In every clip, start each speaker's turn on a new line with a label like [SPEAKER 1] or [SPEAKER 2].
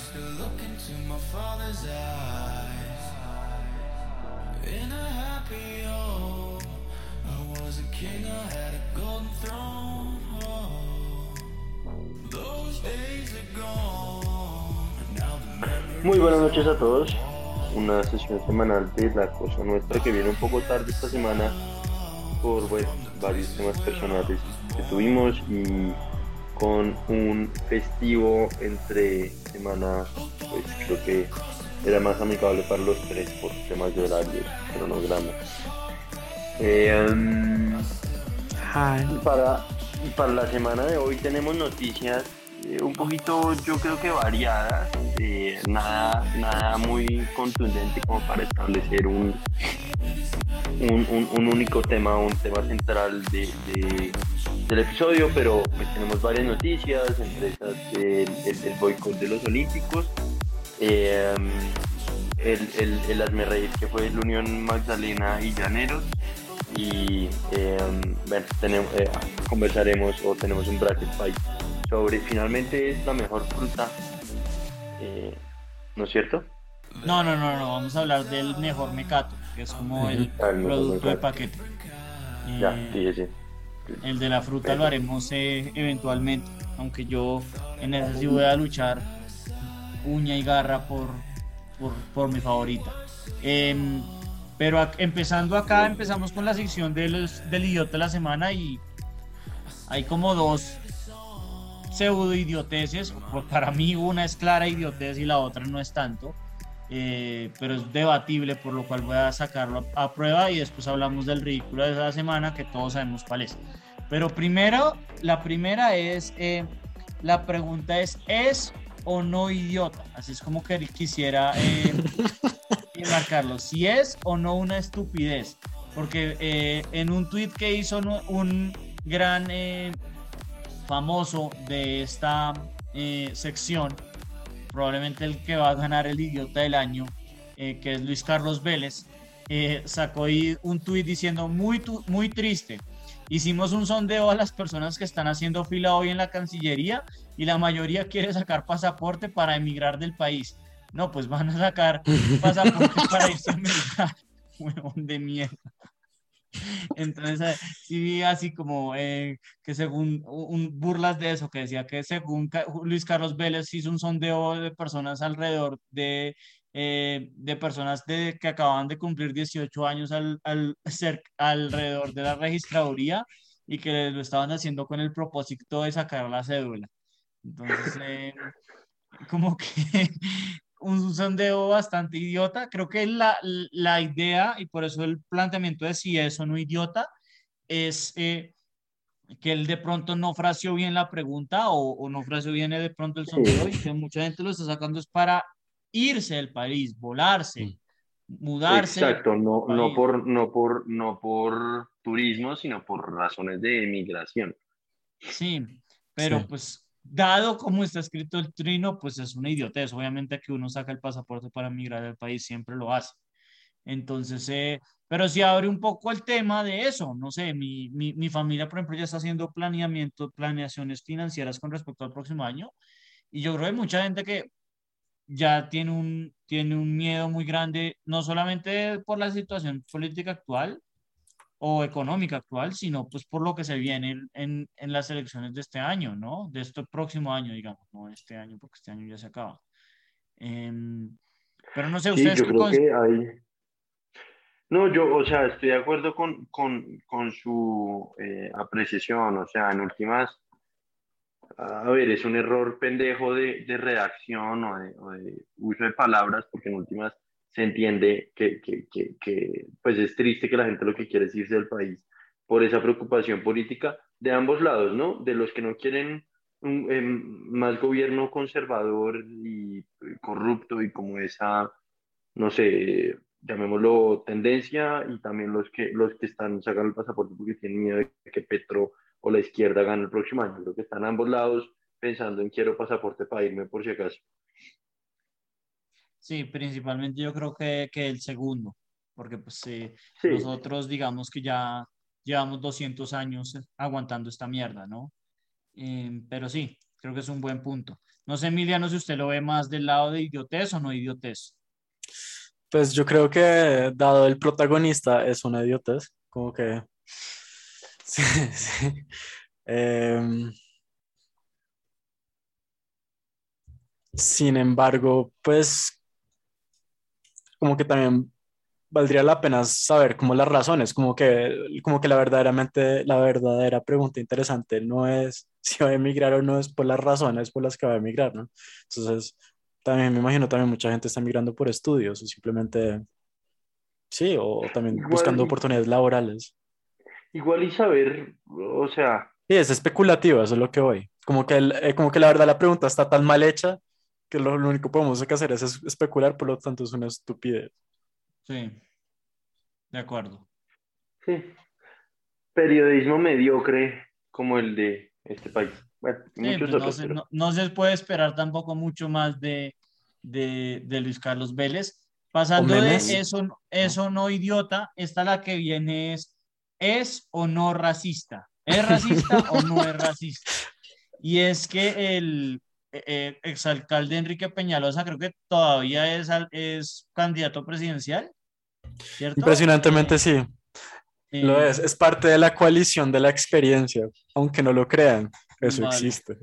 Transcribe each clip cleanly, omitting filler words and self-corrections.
[SPEAKER 1] to look into my father's eyes. In a happy home, I was a king, I had a golden throne. Oh, those days are gone, and now the
[SPEAKER 2] Muy
[SPEAKER 1] memories
[SPEAKER 2] buenas noches a
[SPEAKER 1] are
[SPEAKER 2] todos. Una sesión semanal de La Cosa Nuestra que viene un poco tarde esta semana por, bueno, varios temas personales que tuvimos y con un festivo entre semana, pues creo que era más amigable para los tres por temas de horarios, cronograma. Eh, um,
[SPEAKER 3] Ay,
[SPEAKER 2] y para la semana de hoy tenemos noticias un poquito, yo creo que variadas, nada muy contundente como para establecer un único tema, un tema central del episodio, pero pues tenemos varias noticias, entre esas el boicot de los Olímpicos, eh, el hazmerreír que fue la Unión Magdalena y Llaneros, y bueno, conversaremos o tenemos un bracket fight sobre finalmente es la mejor fruta, eh, ¿no es cierto?
[SPEAKER 4] No, vamos a hablar del mejor mecato, que es como el
[SPEAKER 2] Ah, el mejor
[SPEAKER 4] producto de
[SPEAKER 2] mercado.
[SPEAKER 4] paquete.
[SPEAKER 2] Ya,
[SPEAKER 4] Eh,
[SPEAKER 2] sí, sí.
[SPEAKER 4] el de la fruta lo
[SPEAKER 2] Eso.
[SPEAKER 4] haremos eventualmente, aunque yo en ese sí voy a luchar uña y garra por mi favorita. Em, pero empezando acá, empezamos con la sección del idiota de la semana y hay como dos pseudo idioteces. Para mí una es clara idiotez y la otra no es tanto, pero es debatible, por lo cual voy a sacarlo a prueba y después hablamos del ridículo de la semana, que todos sabemos cuál es. Pero primero, la primera es, la pregunta ¿es o no idiota? Así es como que quisiera marcarlo, si es o no una estupidez. Porque en un tweet que hizo un gran famoso de esta sección, probablemente el que va a ganar el idiota del año, que es Luis Carlos Vélez, sacó ahí un tuit diciendo muy triste. Hicimos un sondeo a las personas que están haciendo fila hoy en la Cancillería y la mayoría quiere sacar pasaporte para emigrar del país. No, pues van a sacar pasaporte para irse a emigrar, huevón de mierda. Entonces, sí vi así como que según burlas de eso, que decía que según Luis Carlos Vélez hizo un sondeo de personas alrededor de personas que acababan de cumplir 18 años alrededor de la registraduría y que lo estaban haciendo con el propósito de sacar la cédula. Entonces, como que un sondeo bastante idiota. Creo que la idea, y por eso el planteamiento de si es o no idiota, es que él de pronto no fraseó bien la pregunta o no fraseó bien de pronto el sondeo y
[SPEAKER 2] Sí,
[SPEAKER 4] que mucha gente lo está sacando es para irse del país, volarse, mudarse
[SPEAKER 2] exacto,
[SPEAKER 4] del país.
[SPEAKER 2] no por turismo, sino por razones de migración.
[SPEAKER 4] Sí, pero
[SPEAKER 3] sí.
[SPEAKER 4] pues dado como está escrito el trino, pues es una idiotez. Obviamente que uno saca el pasaporte para migrar al país, siempre lo hace. Entonces, pero sí abre un poco el tema de eso. No sé, mi familia, por ejemplo, ya está haciendo planeaciones financieras con respecto al próximo año. Y yo creo que hay mucha gente que ya tiene un miedo muy grande, no solamente por la situación política actual o económica actual, sino pues por lo que se viene en las elecciones de este año, ¿no? De este próximo año, digamos, no este año, porque este año ya se acaba. Em, pero no sé,
[SPEAKER 2] Sí,
[SPEAKER 4] ustedes
[SPEAKER 2] yo
[SPEAKER 4] qué
[SPEAKER 2] creo que hay. No, yo, o sea, estoy de acuerdo con su apreciación, o sea, en últimas, a ver, es un error pendejo de redacción o de uso de palabras, porque en últimas se entiende que, pues es triste que la gente lo que quiere es irse del país por esa preocupación política de ambos lados, ¿no? De los que no quieren más gobierno conservador y corrupto y como esa, no sé, llamémoslo tendencia, y también los que están sacando el pasaporte porque tienen miedo de que Petro o la izquierda gane el próximo año. Creo que están ambos lados pensando en quiero pasaporte para irme por si acaso.
[SPEAKER 4] Sí, principalmente yo creo que el segundo, porque pues
[SPEAKER 2] Sí,
[SPEAKER 4] nosotros digamos que ya llevamos 200 años aguantando esta mierda, ¿no? Pero sí. Creo que es un buen punto. No sé, Emiliano, si usted lo ve más del lado de idiotez o no idiotez.
[SPEAKER 3] Pues yo creo que dado el protagonista es una idiotez, como que sí, sí. Em, Sin embargo, pues como que también valdría la pena saber como las razones, como que la verdadera pregunta interesante no es si va a emigrar o no, es por las razones por las que va a emigrar, ¿no? Entonces, también me imagino también mucha gente está migrando por estudios o simplemente, sí, o también
[SPEAKER 2] Igual,
[SPEAKER 3] buscando oportunidades laborales.
[SPEAKER 2] igual y saber, o sea,
[SPEAKER 3] Sí, es especulativo, eso es lo que voy. Como que la verdad la pregunta está tan mal hecha que lo único que podemos hacer es especular, por lo tanto es una estupidez.
[SPEAKER 4] Sí, de acuerdo.
[SPEAKER 2] sí, periodismo mediocre como el de este país. Bueno, y
[SPEAKER 4] Sí,
[SPEAKER 2] muchos
[SPEAKER 4] pues no
[SPEAKER 2] otros,
[SPEAKER 4] se,
[SPEAKER 2] pero
[SPEAKER 4] no se puede esperar tampoco mucho más de Luis Carlos Vélez.
[SPEAKER 3] O
[SPEAKER 4] Pasando de
[SPEAKER 3] memes,
[SPEAKER 2] sí,
[SPEAKER 3] ¿no?
[SPEAKER 4] eso no idiota, esta la que viene es o no racista. ¿Es racista o no es racista? Y es que el exalcalde Enrique Peñalosa creo que todavía es candidato presidencial, ¿cierto?
[SPEAKER 3] Impresionantemente sí, lo es.
[SPEAKER 4] Eh,
[SPEAKER 3] Es parte de la coalición de la experiencia, aunque no lo crean, eso
[SPEAKER 4] vale.
[SPEAKER 3] existe.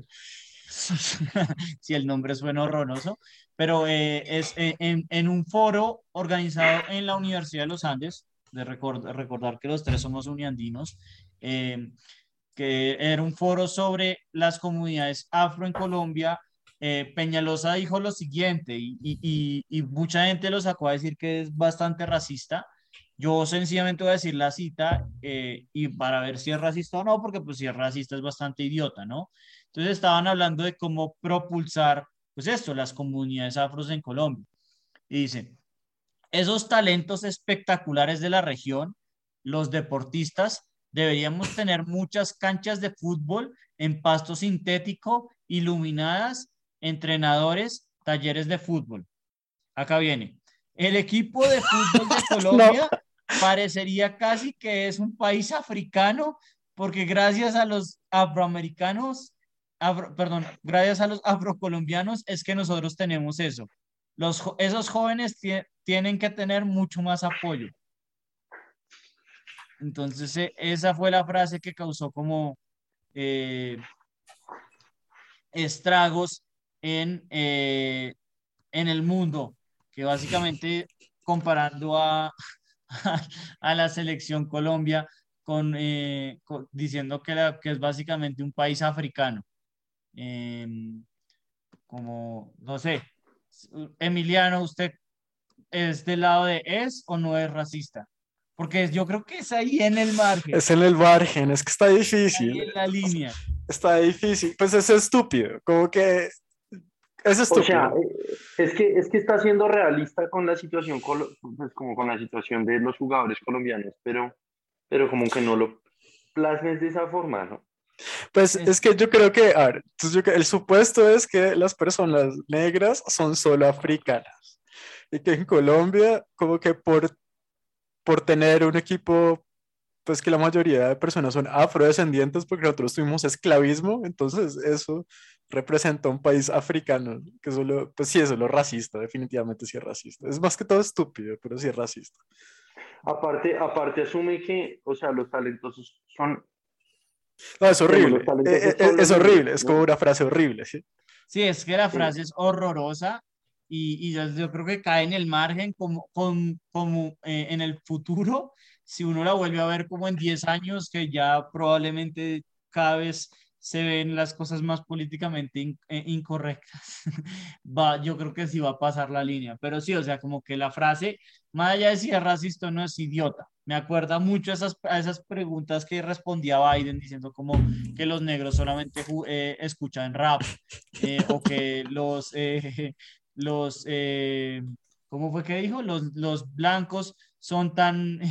[SPEAKER 4] Si el nombre suena horroroso, pero es en un foro organizado en la Universidad de los Andes, recordar que los tres somos uniandinos, eh, que era un foro sobre las comunidades afro en Colombia. Peñalosa dijo lo siguiente, y mucha gente lo sacó a decir que es bastante racista. Yo sencillamente voy a decir la cita y para ver si es racista o no, porque pues si es racista es bastante idiota, ¿no? Entonces estaban hablando de cómo propulsar, pues esto, las comunidades afros en Colombia. Y dice, esos talentos espectaculares de la región, los deportistas, deberíamos tener muchas canchas de fútbol en pasto sintético, iluminadas, entrenadores, talleres de fútbol. Acá viene. El equipo de fútbol de
[SPEAKER 3] No,
[SPEAKER 4] Colombia parecería casi que es un país africano, porque gracias a los afroamericanos, perdón, gracias a los afrocolombianos es que nosotros tenemos eso. Esos jóvenes tienen que tener mucho más apoyo. Entonces, esa fue la frase que causó como eh, estragos en el mundo, que básicamente comparando a la selección Colombia diciendo que es básicamente un país africano. Em, Como, no sé, Emiliano, ¿usted es del lado de es o no es racista? Porque yo creo que es ahí en el margen,
[SPEAKER 3] es en el margen, es que está
[SPEAKER 4] ahí
[SPEAKER 3] difícil,
[SPEAKER 4] en la línea.
[SPEAKER 3] está difícil, pues es estúpido, como que es
[SPEAKER 2] o sea,
[SPEAKER 3] estúpido.
[SPEAKER 2] es que está siendo realista con la situación, pues como con la situación de los jugadores colombianos, pero como que no lo plasmes de esa forma, ¿no?
[SPEAKER 3] Pues
[SPEAKER 4] Es,
[SPEAKER 3] es que yo creo que, a ver, entonces el supuesto es que las personas negras son solo africanas y que en Colombia como que por tener un equipo, pues que la mayoría de personas son afrodescendientes porque nosotros tuvimos esclavismo, entonces eso representa un país africano, que solo, pues sí, eso es lo racista, definitivamente sí es racista. Es más que todo estúpido, pero sí es racista.
[SPEAKER 2] Aparte asume que, o sea, los talentosos son,
[SPEAKER 3] No, es
[SPEAKER 2] digamos, los
[SPEAKER 3] horrible,
[SPEAKER 2] talentosos son
[SPEAKER 3] es
[SPEAKER 2] los negros,
[SPEAKER 3] horrible, es como
[SPEAKER 2] ¿no?
[SPEAKER 3] una frase horrible, ¿sí?
[SPEAKER 4] sí, es que la
[SPEAKER 2] Sí.
[SPEAKER 4] frase es horrorosa y yo creo que cae en el margen como en el futuro, si uno la vuelve a ver como en 10 años, que ya probablemente cada vez se ven las cosas más políticamente incorrectas, yo creo que sí va a pasar la línea, pero sí, o sea, como que la frase, más allá de si es racista o no, es idiota. Me acuerda mucho a esas preguntas que respondía Biden diciendo como que los negros solamente escuchan rap o que los ¿cómo fue que dijo? Los blancos son tan,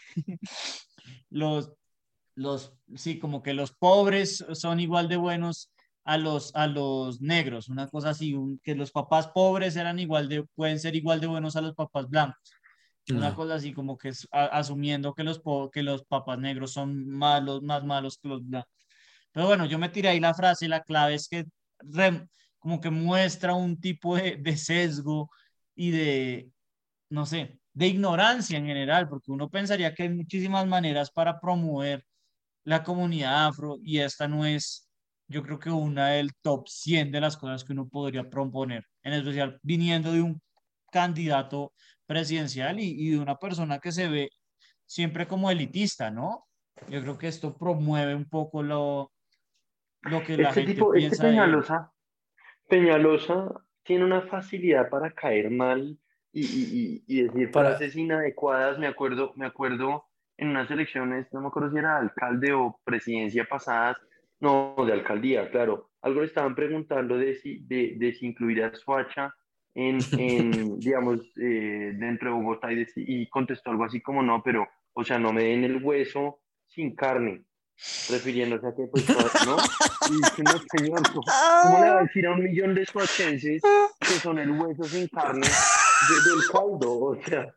[SPEAKER 4] los, sí, como que los pobres son igual de buenos a los negros, una cosa así, que los papás pobres pueden ser igual de buenos a los papás blancos. Una
[SPEAKER 3] No.
[SPEAKER 4] cosa así como que asumiendo que que los papás negros son malos, más malos que los blancos. Pero bueno, yo me tiré ahí la frase, la clave es que como que muestra un tipo de sesgo y de, no sé, de ignorancia en general, porque uno pensaría que hay muchísimas maneras para promover la comunidad afro y esta no es, yo creo que una del top 100 de las cosas que uno podría proponer, en especial viniendo de un candidato presidencial y de una persona que se ve siempre como elitista, ¿no? Yo creo que esto promueve un poco lo que la
[SPEAKER 2] Este
[SPEAKER 4] gente
[SPEAKER 2] tipo, este
[SPEAKER 4] piensa de él.
[SPEAKER 2] Peñalosa tiene una facilidad para caer mal y decir
[SPEAKER 3] Para,
[SPEAKER 2] frases inadecuadas. Me acuerdo en unas elecciones, no me acuerdo si era alcalde o presidencia pasadas, no, de alcaldía, claro. Algo le estaban preguntando de si incluir a Soacha digamos, dentro de Bogotá y contestó algo así como no, pero, o sea, no me den el hueso sin carne, refiriéndose a que, pues, ¿no? Y dice, no, señor, ¿cómo le va a decir a 1 millón de suachenses que son el hueso sin carne del caldo? O sea,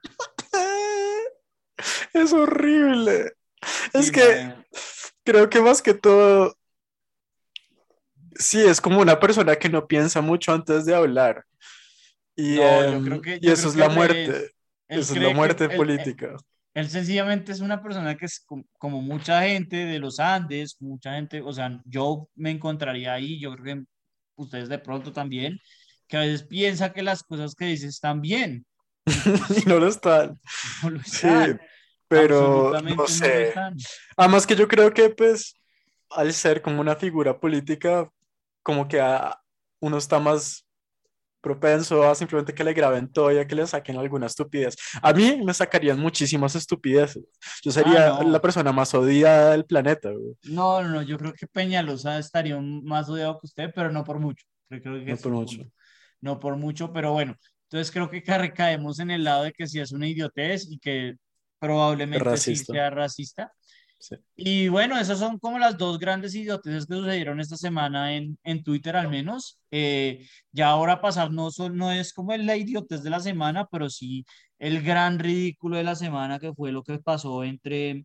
[SPEAKER 3] es horrible. Es
[SPEAKER 4] Sí,
[SPEAKER 3] que
[SPEAKER 4] mae.
[SPEAKER 3] creo que más que todo, sí, es como una persona que no piensa mucho antes de hablar.
[SPEAKER 4] No,
[SPEAKER 3] Y
[SPEAKER 4] yo
[SPEAKER 3] eso
[SPEAKER 4] creo
[SPEAKER 3] es
[SPEAKER 4] que
[SPEAKER 3] la
[SPEAKER 4] al
[SPEAKER 3] muerte.
[SPEAKER 4] revés. Él
[SPEAKER 3] Eso es la
[SPEAKER 4] cree que
[SPEAKER 3] muerte política.
[SPEAKER 4] él sencillamente es una persona que es como mucha gente de los Andes, mucha gente, o sea, yo me encontraría ahí, yo creo que ustedes de pronto también, que a veces piensa que las cosas que dice están bien y
[SPEAKER 3] Y
[SPEAKER 4] pues
[SPEAKER 3] no lo están.
[SPEAKER 4] no lo
[SPEAKER 3] Sí,
[SPEAKER 4] están,
[SPEAKER 3] pero no
[SPEAKER 4] absolutamente no lo
[SPEAKER 3] sé.
[SPEAKER 4] están.
[SPEAKER 3] Además que yo creo que pues al ser como una figura política, como que uno está más propenso a simplemente que le graben todo y a que le saquen alguna estupidez. A mí me sacarían muchísimas estupideces. Yo
[SPEAKER 4] Ah,
[SPEAKER 3] sería la
[SPEAKER 4] no,
[SPEAKER 3] persona más odiada del planeta, güey.
[SPEAKER 4] no, no, no, yo creo que Peñalosa estaría más odiado que usted, pero no por mucho, creo que
[SPEAKER 3] No
[SPEAKER 4] es
[SPEAKER 3] por
[SPEAKER 4] su
[SPEAKER 3] mucho.
[SPEAKER 4] punto, no por mucho, pero bueno, entonces creo que recaemos en el lado de que sí es una idiotez y que
[SPEAKER 3] Es
[SPEAKER 4] probablemente sí
[SPEAKER 3] racista.
[SPEAKER 4] sea racista.
[SPEAKER 3] Sí.
[SPEAKER 4] Y bueno, esas son como las dos grandes idioteces que sucedieron esta semana en Twitter al menos. Ya ahora pasar no es como la idiotez de la semana, pero sí el gran ridículo de la semana que fue lo que pasó entre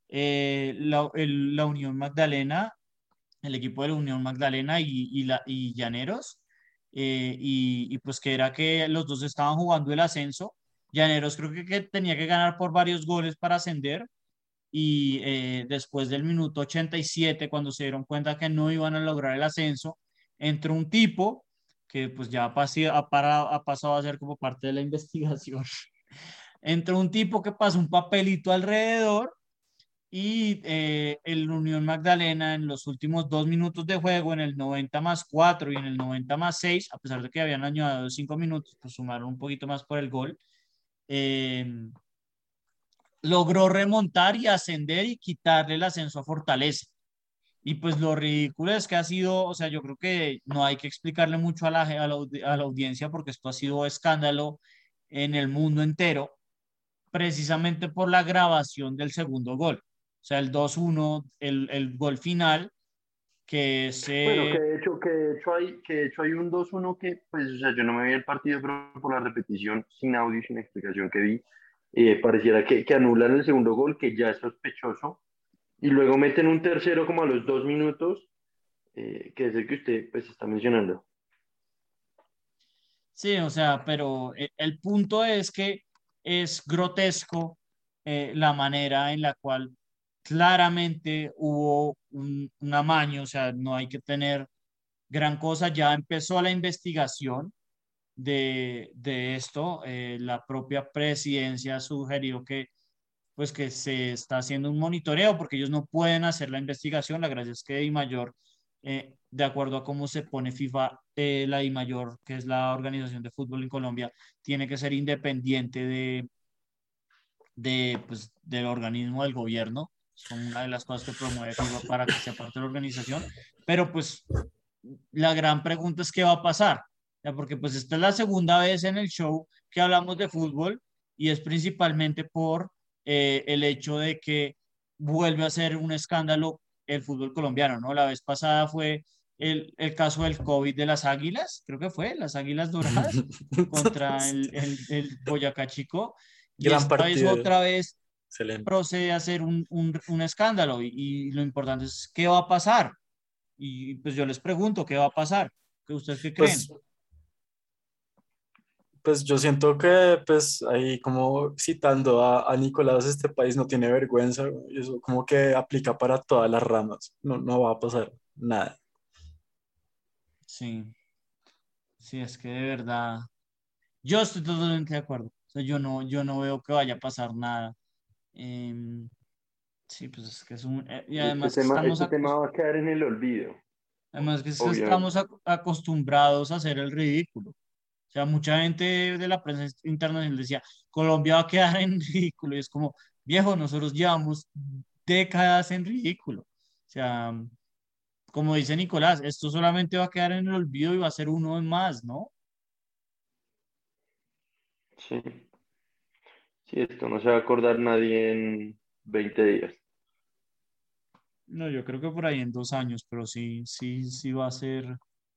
[SPEAKER 4] la Unión Magdalena, el equipo de la Unión Magdalena y Llaneros. Y pues que era que los dos estaban jugando el ascenso. Llaneros creo que tenía que ganar por varios goles para ascender y después del minuto 87, cuando se dieron cuenta que no iban a lograr el ascenso, entró un tipo que pues ya ha pasado a ser como parte de la investigación. Entró un tipo que pasó un papelito alrededor y el Unión Magdalena en los últimos 2 minutos de juego, en el 90+4 y en el 90+6, a pesar de que habían añadido 5 minutos, pues sumaron un poquito más por el gol. Eh, Logró remontar y ascender y quitarle el ascenso a Fortaleza. Y pues lo ridículo es que ha sido, o sea, yo creo que no hay que explicarle mucho a la audiencia porque esto ha sido escándalo en el mundo entero, precisamente por la grabación del segundo gol. O sea, el 2-1, el gol final, que
[SPEAKER 2] bueno,
[SPEAKER 4] se...
[SPEAKER 2] que de hecho hay un 2-1 que, pues, o sea, yo no me vi el partido, pero por la repetición, sin audio y sin explicación que vi, pareciera que anulan el segundo gol, que ya es sospechoso, y luego meten un tercero como a los 2 minutos, que es el que usted, pues, está mencionando.
[SPEAKER 4] Sí, o sea, pero el punto es que es grotesco la manera en la cual claramente hubo un amaño, o sea, no hay que tener gran cosa. Ya empezó la investigación de esto. La propia presidencia sugirió que, pues, que se está haciendo un monitoreo porque ellos no pueden hacer la investigación. La gracia es que DIMAYOR, de acuerdo a cómo se pone FIFA, la DIMAYOR, que es la organización de fútbol en Colombia, tiene que ser independiente pues, del organismo del gobierno. Son una de las cosas que promueve FIFA para que sea parte de la organización. Pero pues la gran pregunta es qué va a pasar. Ya, porque pues esta es la segunda vez en el show que hablamos de fútbol y es principalmente por el hecho de que vuelve a ser un escándalo el fútbol colombiano, ¿no? La vez pasada fue el caso del COVID de las Águilas, creo que fue, las Águilas Doradas contra el Boyacá Chico, y
[SPEAKER 3] Gran
[SPEAKER 4] esta vez
[SPEAKER 3] partido.
[SPEAKER 4] otra vez
[SPEAKER 3] Excelente.
[SPEAKER 4] procede a ser un escándalo y lo importante es qué va a pasar. Y pues yo les pregunto, ¿qué va a pasar? ¿Ustedes qué creen?
[SPEAKER 3] Pues yo siento que, pues ahí como citando a Nicolás, este país no tiene vergüenza, y eso como que aplica para todas las ramas, no va a pasar nada.
[SPEAKER 4] Sí, sí, es que de verdad, yo estoy totalmente de acuerdo. O sea, yo no veo que vaya a pasar nada. Em, sí, pues es que y además que
[SPEAKER 2] Este tema va a quedar en el olvido,
[SPEAKER 4] además que es que
[SPEAKER 2] obviamente.
[SPEAKER 4] estamos acostumbrados a hacer el ridículo. O sea, mucha gente de la prensa internacional decía, Colombia va a quedar en ridículo. Y es como, viejo, nosotros llevamos décadas en ridículo. O sea, como dice Nicolás, esto solamente va a quedar en el olvido y va a ser uno más, ¿no?
[SPEAKER 2] Sí, sí, esto no se va a acordar nadie en 20 días.
[SPEAKER 4] No, yo creo que por ahí en 2 años, pero sí, sí, sí va a ser,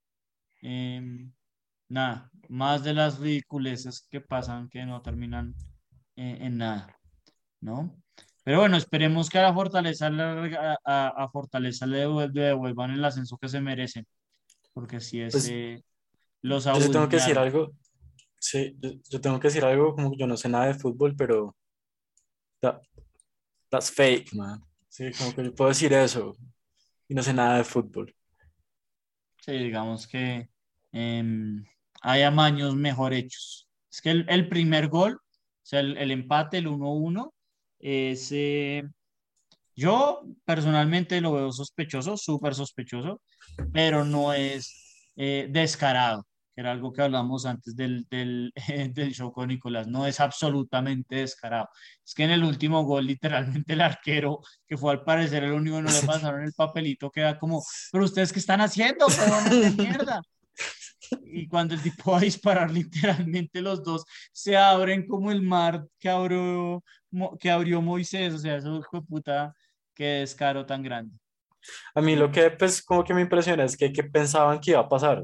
[SPEAKER 4] em, nada, más de las ridiculeces que pasan que no terminan en nada, ¿no? Pero bueno, esperemos que a la Fortaleza, a Fortaleza le devuelvan el ascenso que se merecen, porque si
[SPEAKER 3] Pues
[SPEAKER 4] los
[SPEAKER 3] yo sí tengo que decir
[SPEAKER 4] abudinearon.
[SPEAKER 3] algo, sí, yo tengo que decir algo, como que yo no sé nada de fútbol, pero that- that's fake, man. Sí, como que yo puedo decir eso y no sé nada de fútbol.
[SPEAKER 4] Sí, digamos que em, hay amaños mejor hechos. Es que el primer gol, o sea, el empate, el 1-1, es, yo personalmente lo veo sospechoso, súper sospechoso, pero no es descarado, que era algo que hablamos antes del show con Nicolás, no es absolutamente descarado. Es que en el último gol, literalmente el arquero, que fue al parecer el único que no le pasaron el papelito, queda como, pero ustedes qué están haciendo, huevones de mierda. Y cuando el tipo va a disparar, literalmente los dos se abren como el mar que abrió Moisés, o sea, eso fue puta, qué descaro tan grande.
[SPEAKER 3] A mí lo que pues como que me impresiona es que pensaban que iba a pasar.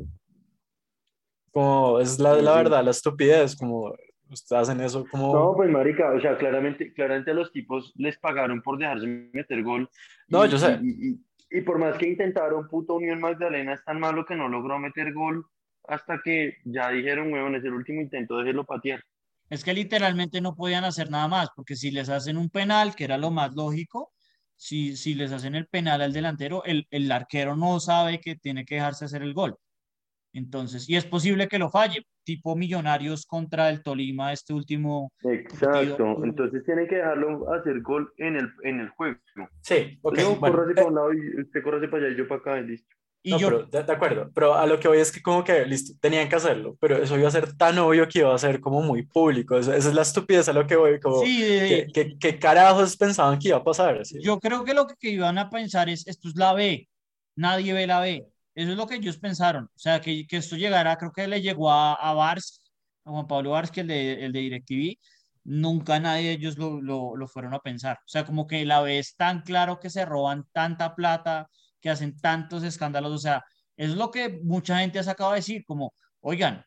[SPEAKER 3] Como es
[SPEAKER 2] Como
[SPEAKER 3] la
[SPEAKER 2] así.
[SPEAKER 3] verdad, la estupidez, como ustedes hacen eso como...
[SPEAKER 2] No, pues marica, o sea, claramente a los tipos les pagaron por dejarse meter gol
[SPEAKER 3] No,
[SPEAKER 2] y,
[SPEAKER 3] yo sé.
[SPEAKER 2] y por más que intentaron, puto Unión Magdalena es tan malo que no logró meter gol hasta que ya dijeron, huevón, es el último intento, déjelo patear.
[SPEAKER 4] Es que literalmente no podían hacer nada más, porque si les hacen un penal, que era lo más lógico, si les hacen el penal al delantero, el arquero no sabe que tiene que dejarse hacer el gol. Entonces, y es posible que lo falle, tipo Millonarios contra el Tolima, este último partido.
[SPEAKER 2] Exacto, entonces tienen que dejarlo hacer gol en el juego.
[SPEAKER 3] Sí, ok,
[SPEAKER 2] Entonces, no,
[SPEAKER 3] bueno.
[SPEAKER 2] córrase para un lado y usted córrase para allá y yo para acá y listo.
[SPEAKER 4] Y
[SPEAKER 3] No, pero
[SPEAKER 4] yo,
[SPEAKER 3] de acuerdo. Pero a lo que voy es que como que, listo, tenían que hacerlo, pero eso iba a ser tan obvio que iba a ser como muy público. Esa es la estupidez a lo que voy, como
[SPEAKER 4] sí,
[SPEAKER 3] que carajos pensaban que iba a pasar, ¿sí?
[SPEAKER 4] yo creo que lo que iban a pensar es, esto es la B, nadie ve la B. Eso es lo que ellos pensaron. O sea, que esto llegara, creo que le llegó a Vars, a Juan Pablo Vars, que el de DirecTV, nunca nadie de ellos lo fueron a pensar. O sea, como que la B es tan claro que se roban tanta plata, que hacen tantos escándalos. O sea, es lo que mucha gente ha sacado a decir, como, oigan,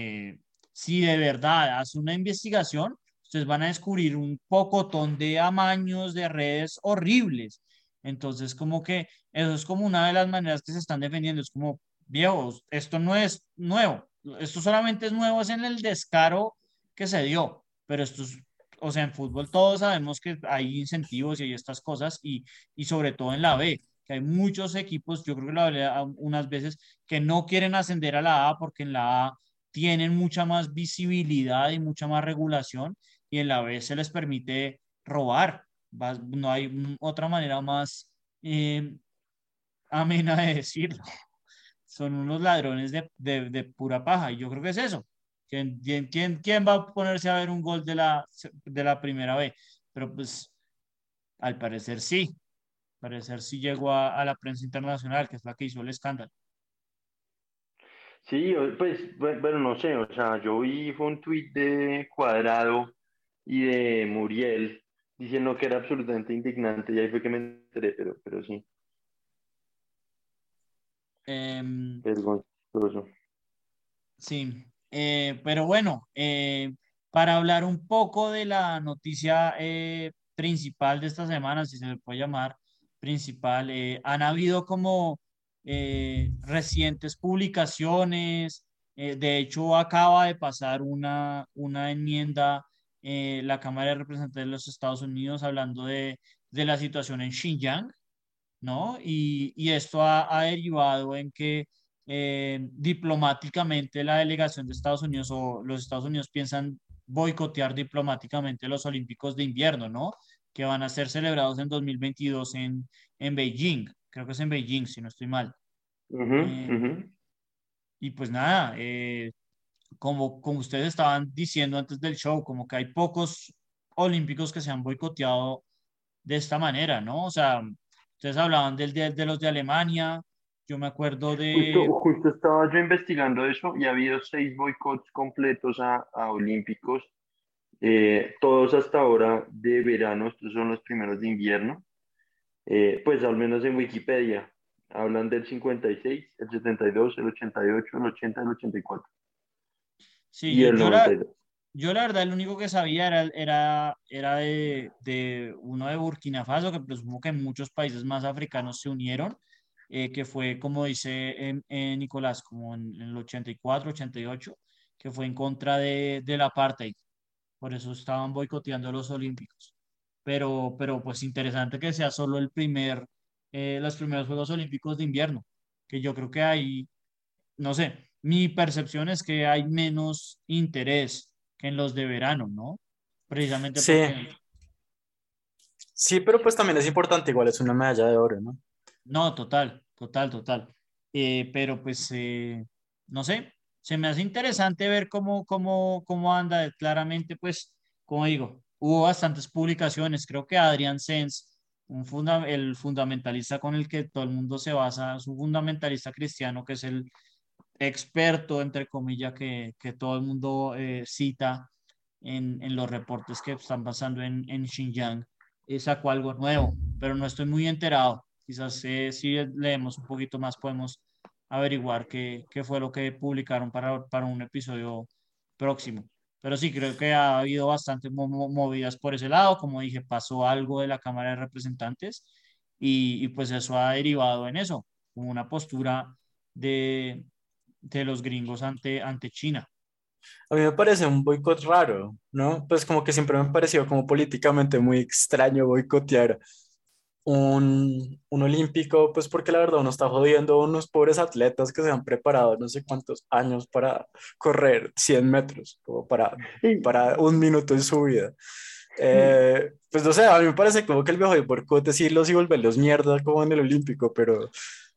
[SPEAKER 4] si de verdad hace una investigación, ustedes van a descubrir un pocotón de amaños de redes horribles. Entonces, como que eso es como una de las maneras que se están defendiendo. Es como, viejos, esto no es nuevo. Esto solamente es nuevo, es en el descaro que se dio. Pero esto es, o sea, en fútbol todos sabemos que hay incentivos y hay estas cosas y sobre todo en la B, que hay muchos equipos, yo creo que lo hablé unas veces, que no quieren ascender a la A porque en la A tienen mucha más visibilidad y mucha más regulación y en la B se les permite robar. No hay otra manera más eh, amena de decirlo. Son unos ladrones de pura paja y yo creo que es eso. ¿Quién va a ponerse a ver un gol de la primera B? Pero pues al parecer sí llegó a la prensa internacional, que es la que hizo el escándalo.
[SPEAKER 2] Sí, pues, bueno, no sé, o sea, yo vi fue un tuit de Cuadrado y de Muriel diciendo que era absolutamente indignante y ahí fue que me enteré, pero sí,
[SPEAKER 4] Em,
[SPEAKER 2] vergonzoso.
[SPEAKER 4] Sí, pero bueno, para hablar un poco de la noticia principal de esta semana, si se le puede llamar principal, han habido como recientes publicaciones. De hecho, acaba de pasar una enmienda la Cámara de Representantes de los Estados Unidos hablando de la situación en Xinjiang, ¿no? Y esto ha derivado en que diplomáticamente la delegación de Estados Unidos o los Estados Unidos piensan boicotear diplomáticamente los Olímpicos de invierno, ¿no? Que van a ser celebrados en 2022 en Beijing. Creo que es en Beijing, si no estoy mal.
[SPEAKER 2] Ujú,
[SPEAKER 4] Eh,
[SPEAKER 2] ujú.
[SPEAKER 4] y pues nada, como ustedes estaban diciendo antes del show, como que hay pocos olímpicos que se han boicoteado de esta manera, ¿no? O sea, ustedes hablaban de los de Alemania, yo me acuerdo de,
[SPEAKER 2] Justo estaba yo investigando eso y ha habido 6 boicots completos a Olímpicos, todos hasta ahora de verano, estos son los primeros de invierno. Pues al menos en Wikipedia hablan del 56, el 72, el 88, el 80, el 84
[SPEAKER 4] sí,
[SPEAKER 2] y el 92.
[SPEAKER 4] yo la verdad el único que sabía era de uno de Burkina Faso, que presumo que muchos países más africanos se unieron, que fue, como dice Nicolás, como en el 84, 88, que fue en contra del apartheid. Por eso estaban boicoteando los Olímpicos. Pero pues interesante que sea solo los primeros Juegos Olímpicos de invierno, que yo creo que hay, no sé, mi percepción es que hay menos interés que en los de verano, ¿no? Precisamente
[SPEAKER 3] Sí,
[SPEAKER 4] porque,
[SPEAKER 3] sí, pero pues también es importante, igual es una medalla de oro, ¿no?
[SPEAKER 4] no, total, total, total. Pero pues, no sé, se me hace interesante ver cómo anda. Claramente, pues, como digo, hubo bastantes publicaciones. Creo que Adrian Sens, el fundamentalista con el que todo el mundo se basa, es un fundamentalista cristiano que es el experto, entre comillas, que todo el mundo cita en los reportes que están pasando en Xinjiang, sacó algo nuevo, pero no estoy muy enterado. Quizás si leemos un poquito más podemos averiguar qué fue lo que publicaron para un episodio próximo. Pero sí, creo que ha habido bastantes movidas por ese lado. Como dije, pasó algo de la Cámara de Representantes y pues eso ha derivado en eso, como una postura de, de los gringos ante China.
[SPEAKER 3] A mí me parece un boicot raro, ¿no? Pues como que siempre me ha parecido como políticamente muy extraño boicotear un olímpico, pues porque la verdad uno está jodiendo a unos pobres atletas que se han preparado no sé cuántos años para correr 100 metros, como
[SPEAKER 2] Y,
[SPEAKER 3] para un minuto en su vida.
[SPEAKER 2] y-
[SPEAKER 3] Pues no sé, a mí me parece como que el viejo de boicot decirlos y volverlos mierda como en el olímpico, pero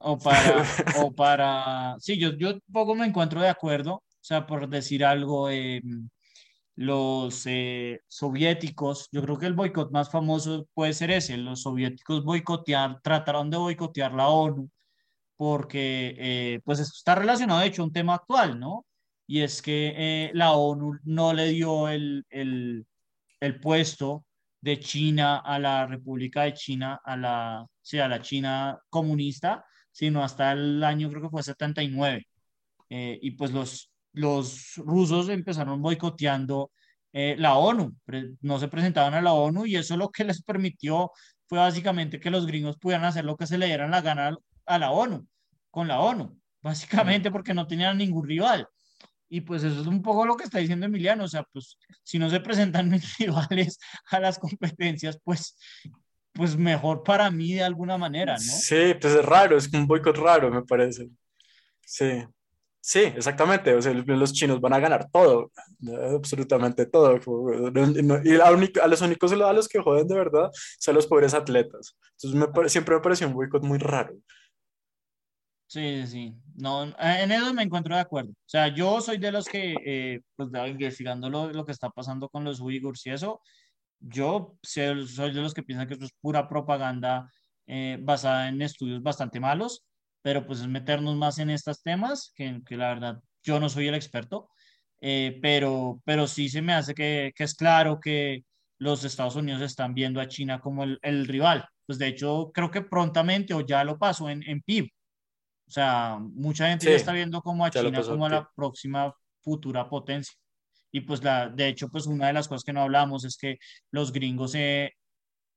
[SPEAKER 4] Sí, yo poco me encuentro de acuerdo, o sea, por decir algo, los soviéticos, yo creo que el boicot más famoso puede ser ese, los soviéticos trataron de boicotear la ONU porque pues esto está relacionado de hecho a un tema actual, ¿no? Y es que la ONU no le dio el puesto de China a la República de China, sí, a la China comunista, sino hasta el año creo que fue 79. Y pues los rusos empezaron boicoteando la ONU, no se presentaban a la ONU y eso lo que les permitió fue básicamente que los gringos pudieran hacer lo que se le dieran la gana a la ONU, con la ONU, básicamente porque no tenían ningún rival. Y pues eso es un poco lo que está diciendo Emiliano, o sea, pues si no se presentan mis rivales a las competencias, pues mejor para mí de alguna manera, ¿no?
[SPEAKER 3] sí, pues es raro, es un boicot raro, me parece. Sí, sí, exactamente. O sea, los chinos van a ganar todo, absolutamente todo. Y a los únicos a los que joden de verdad son los pobres atletas. Entonces siempre me pareció un boicot muy raro.
[SPEAKER 4] Sí, sí, sí. No, en eso me encuentro de acuerdo. O sea, yo soy de los que, pues, investigando lo que está pasando con los uigurs y eso, soy de los que piensan que esto es pura propaganda basada en estudios bastante malos, pero pues es meternos más en estos temas, que la verdad yo no soy el experto, pero sí se me hace que es claro que los Estados Unidos están viendo a China como el rival. Pues de hecho, creo que prontamente o ya lo pasó en PIB. O sea, mucha gente ya está
[SPEAKER 3] Sí,
[SPEAKER 4] viendo como a
[SPEAKER 3] ya lo
[SPEAKER 4] China
[SPEAKER 3] pasó,
[SPEAKER 4] como a
[SPEAKER 3] tío.
[SPEAKER 4] la próxima futura potencia. Y pues de hecho, pues una de las cosas que no hablamos es que los gringos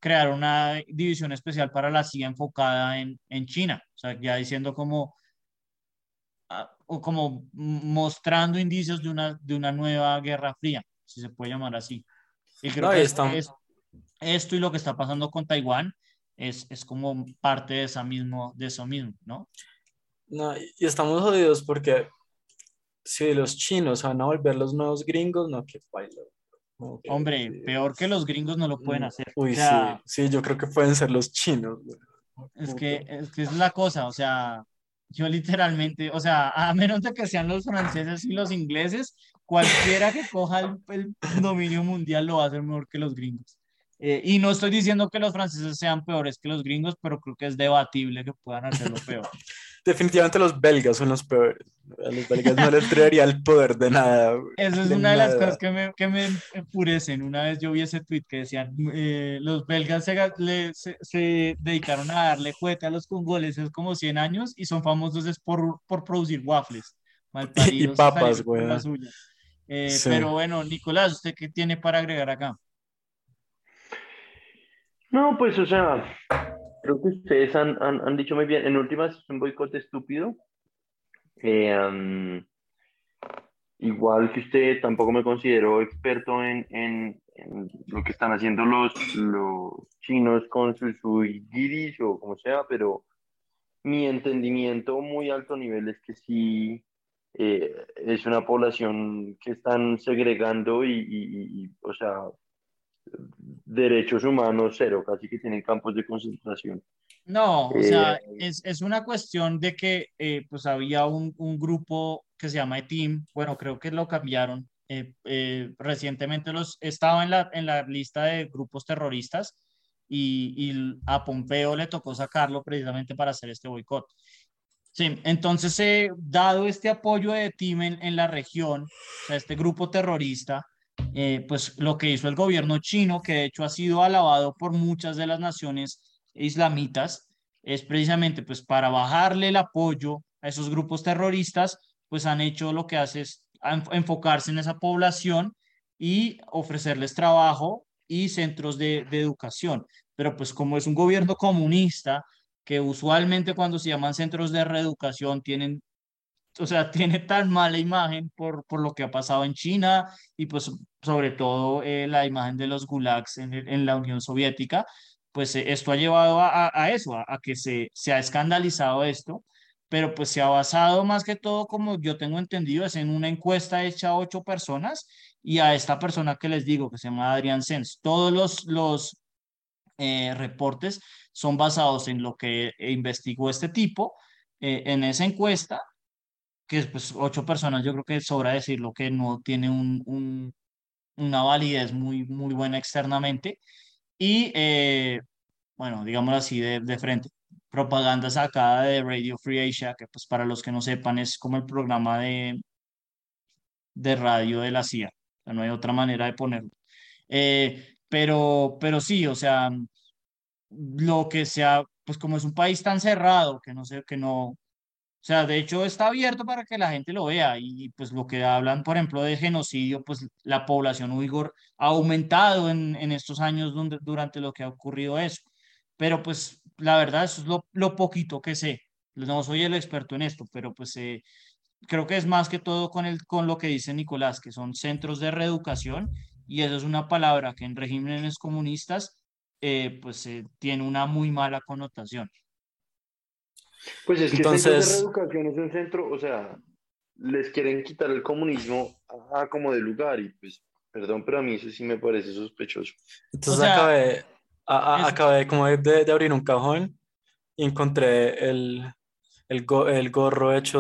[SPEAKER 4] crear una división especial para la CIA enfocada en China, o sea, ya diciendo como, o como mostrando indicios de una nueva guerra fría, si se puede llamar así. Y creo
[SPEAKER 3] No,
[SPEAKER 4] que
[SPEAKER 3] y estamos,
[SPEAKER 4] esto y lo que está pasando con Taiwán es como parte de eso mismo, ¿no?
[SPEAKER 3] no, y estamos jodidos porque si los chinos van a volver los nuevos gringos, no, que baila. Como que,
[SPEAKER 4] Hombre,
[SPEAKER 3] sí,
[SPEAKER 4] peor que los gringos no lo pueden hacer. O
[SPEAKER 3] uy, sí,
[SPEAKER 4] sea,
[SPEAKER 3] sí, yo creo que pueden ser los chinos, güey. Puta.
[SPEAKER 4] es que es la cosa, o sea, yo literalmente, o sea, a menos de que sean los franceses y los ingleses, cualquiera que coja el dominio mundial lo va a hacer mejor que los gringos. Y no estoy diciendo que los franceses sean peores que los gringos, pero creo que es debatible que puedan hacerlo peor.
[SPEAKER 3] Definitivamente los belgas son los peores. A los belgas no les traería el poder de nada, güey,
[SPEAKER 4] Eso es
[SPEAKER 3] de
[SPEAKER 4] una de las cosas
[SPEAKER 3] nada.
[SPEAKER 4] que me enfurecen. Una vez yo vi ese tweet que decían, los belgas se dedicaron a darle juguete a los congoleses como 100 años y son famosos es por producir waffles.
[SPEAKER 3] Y
[SPEAKER 4] Malparidos se
[SPEAKER 3] papas,
[SPEAKER 4] salieron con la
[SPEAKER 3] güey.
[SPEAKER 4] suya.
[SPEAKER 3] Sí.
[SPEAKER 4] Pero bueno, Nicolás, ¿usted qué tiene para agregar acá?
[SPEAKER 2] No, pues, o sea, creo que ustedes han dicho muy bien. En últimas, es un boicot estúpido. Eh, um, Igual que usted, tampoco me considero experto en lo que están haciendo los chinos con sus uigiris o como sea, pero mi entendimiento muy alto nivel es que sí es una población que están segregando o sea, derechos humanos cero, casi que tienen campos de concentración.
[SPEAKER 4] No, o
[SPEAKER 2] Eh,
[SPEAKER 4] sea, es una cuestión de que pues había un grupo que se llama ETIM, bueno, creo que lo cambiaron, recientemente estaba en la lista de grupos terroristas y a Pompeo le tocó sacarlo precisamente para hacer este boicot. Sí, entonces, dado este apoyo de ETIM en la región, o sea, este grupo terrorista, pues lo que hizo el gobierno chino, que de hecho ha sido alabado por muchas de las naciones islamitas, es precisamente pues para bajarle el apoyo a esos grupos terroristas, pues han hecho lo que hace es enfocarse en esa población y ofrecerles trabajo y centros de educación. Pero pues como es un gobierno comunista, que usualmente cuando se llaman centros de reeducación tienen, o sea, tiene tan mala imagen por lo que ha pasado en China y pues sobre todo la imagen de los gulags en la Unión Soviética, pues esto ha llevado a eso, a que se ha escandalizado esto, pero pues se ha basado más que todo, como yo tengo entendido, es en una encuesta hecha a 8 personas y a esta persona que les digo, que se llama Adrián Sens. Todos los reportes son basados en lo que investigó este tipo en esa encuesta, que es pues 8 personas, yo creo que sobra decirlo que no tiene una validez muy buena externamente. Y bueno, digámoslo así de frente, propaganda sacada de Radio Free Asia, que pues para los que no sepan es como el programa de radio de la CIA, o sea, no hay otra manera de ponerlo. Pero sí, o sea, lo que sea, pues como es un país tan cerrado, que no sé, que no, o sea, de hecho está abierto para que la gente lo vea y pues lo que hablan, por ejemplo, de genocidio, pues la población uigur ha aumentado en estos años durante lo que ha ocurrido eso. Pero pues la verdad, eso es lo poquito que sé. No soy el experto en esto, pero pues creo que es más que todo con lo que dice Nicolás, que son centros de reeducación, y eso es una palabra que en regímenes comunistas pues tiene una muy mala connotación.
[SPEAKER 2] pues es que centros de
[SPEAKER 3] Entonces,
[SPEAKER 2] reeducación es un centro, o sea, les quieren quitar el comunismo a como de lugar y pues, perdón, pero a mí eso sí me parece sospechoso.
[SPEAKER 4] O
[SPEAKER 3] entonces
[SPEAKER 4] sea, es,
[SPEAKER 3] acabé como de abrir un cajón y encontré el gorro hecho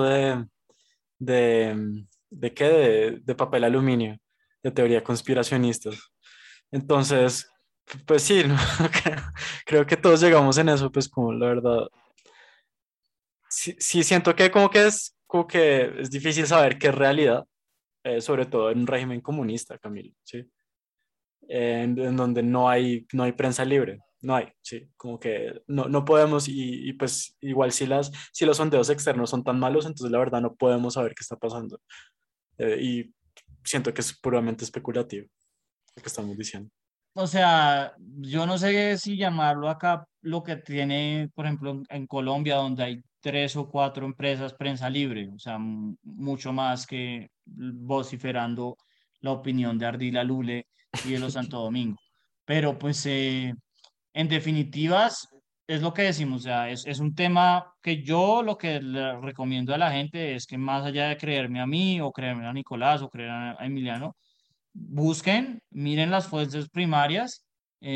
[SPEAKER 3] ¿de qué? De papel aluminio, de teoría conspiracionista. Entonces, pues sí, ¿no? Creo que todos llegamos en eso, pues como la verdad, sí, sí siento que como que es difícil saber qué es realidad, sobre todo en un régimen comunista, Camilo, ¿sí? En donde no hay prensa libre, no hay, sí, como que no podemos y pues igual si los sondeos externos son tan malos, entonces la verdad no podemos saber qué está pasando. Y siento que es puramente especulativo lo que estamos diciendo.
[SPEAKER 4] o sea, yo no sé si llamarlo acá lo que tiene, por ejemplo, en Colombia, donde hay 3 o 4 empresas prensa libre, o sea, mucho más que vociferando la opinión de Ardila Lule y de los Santo Domingo. Pero pues en definitivas es lo que decimos, o sea, es un tema que yo lo que le recomiendo a la gente es que más allá de creerme a mí o creerme a Nicolás o creer a Emiliano, busquen, miren las fuentes primarias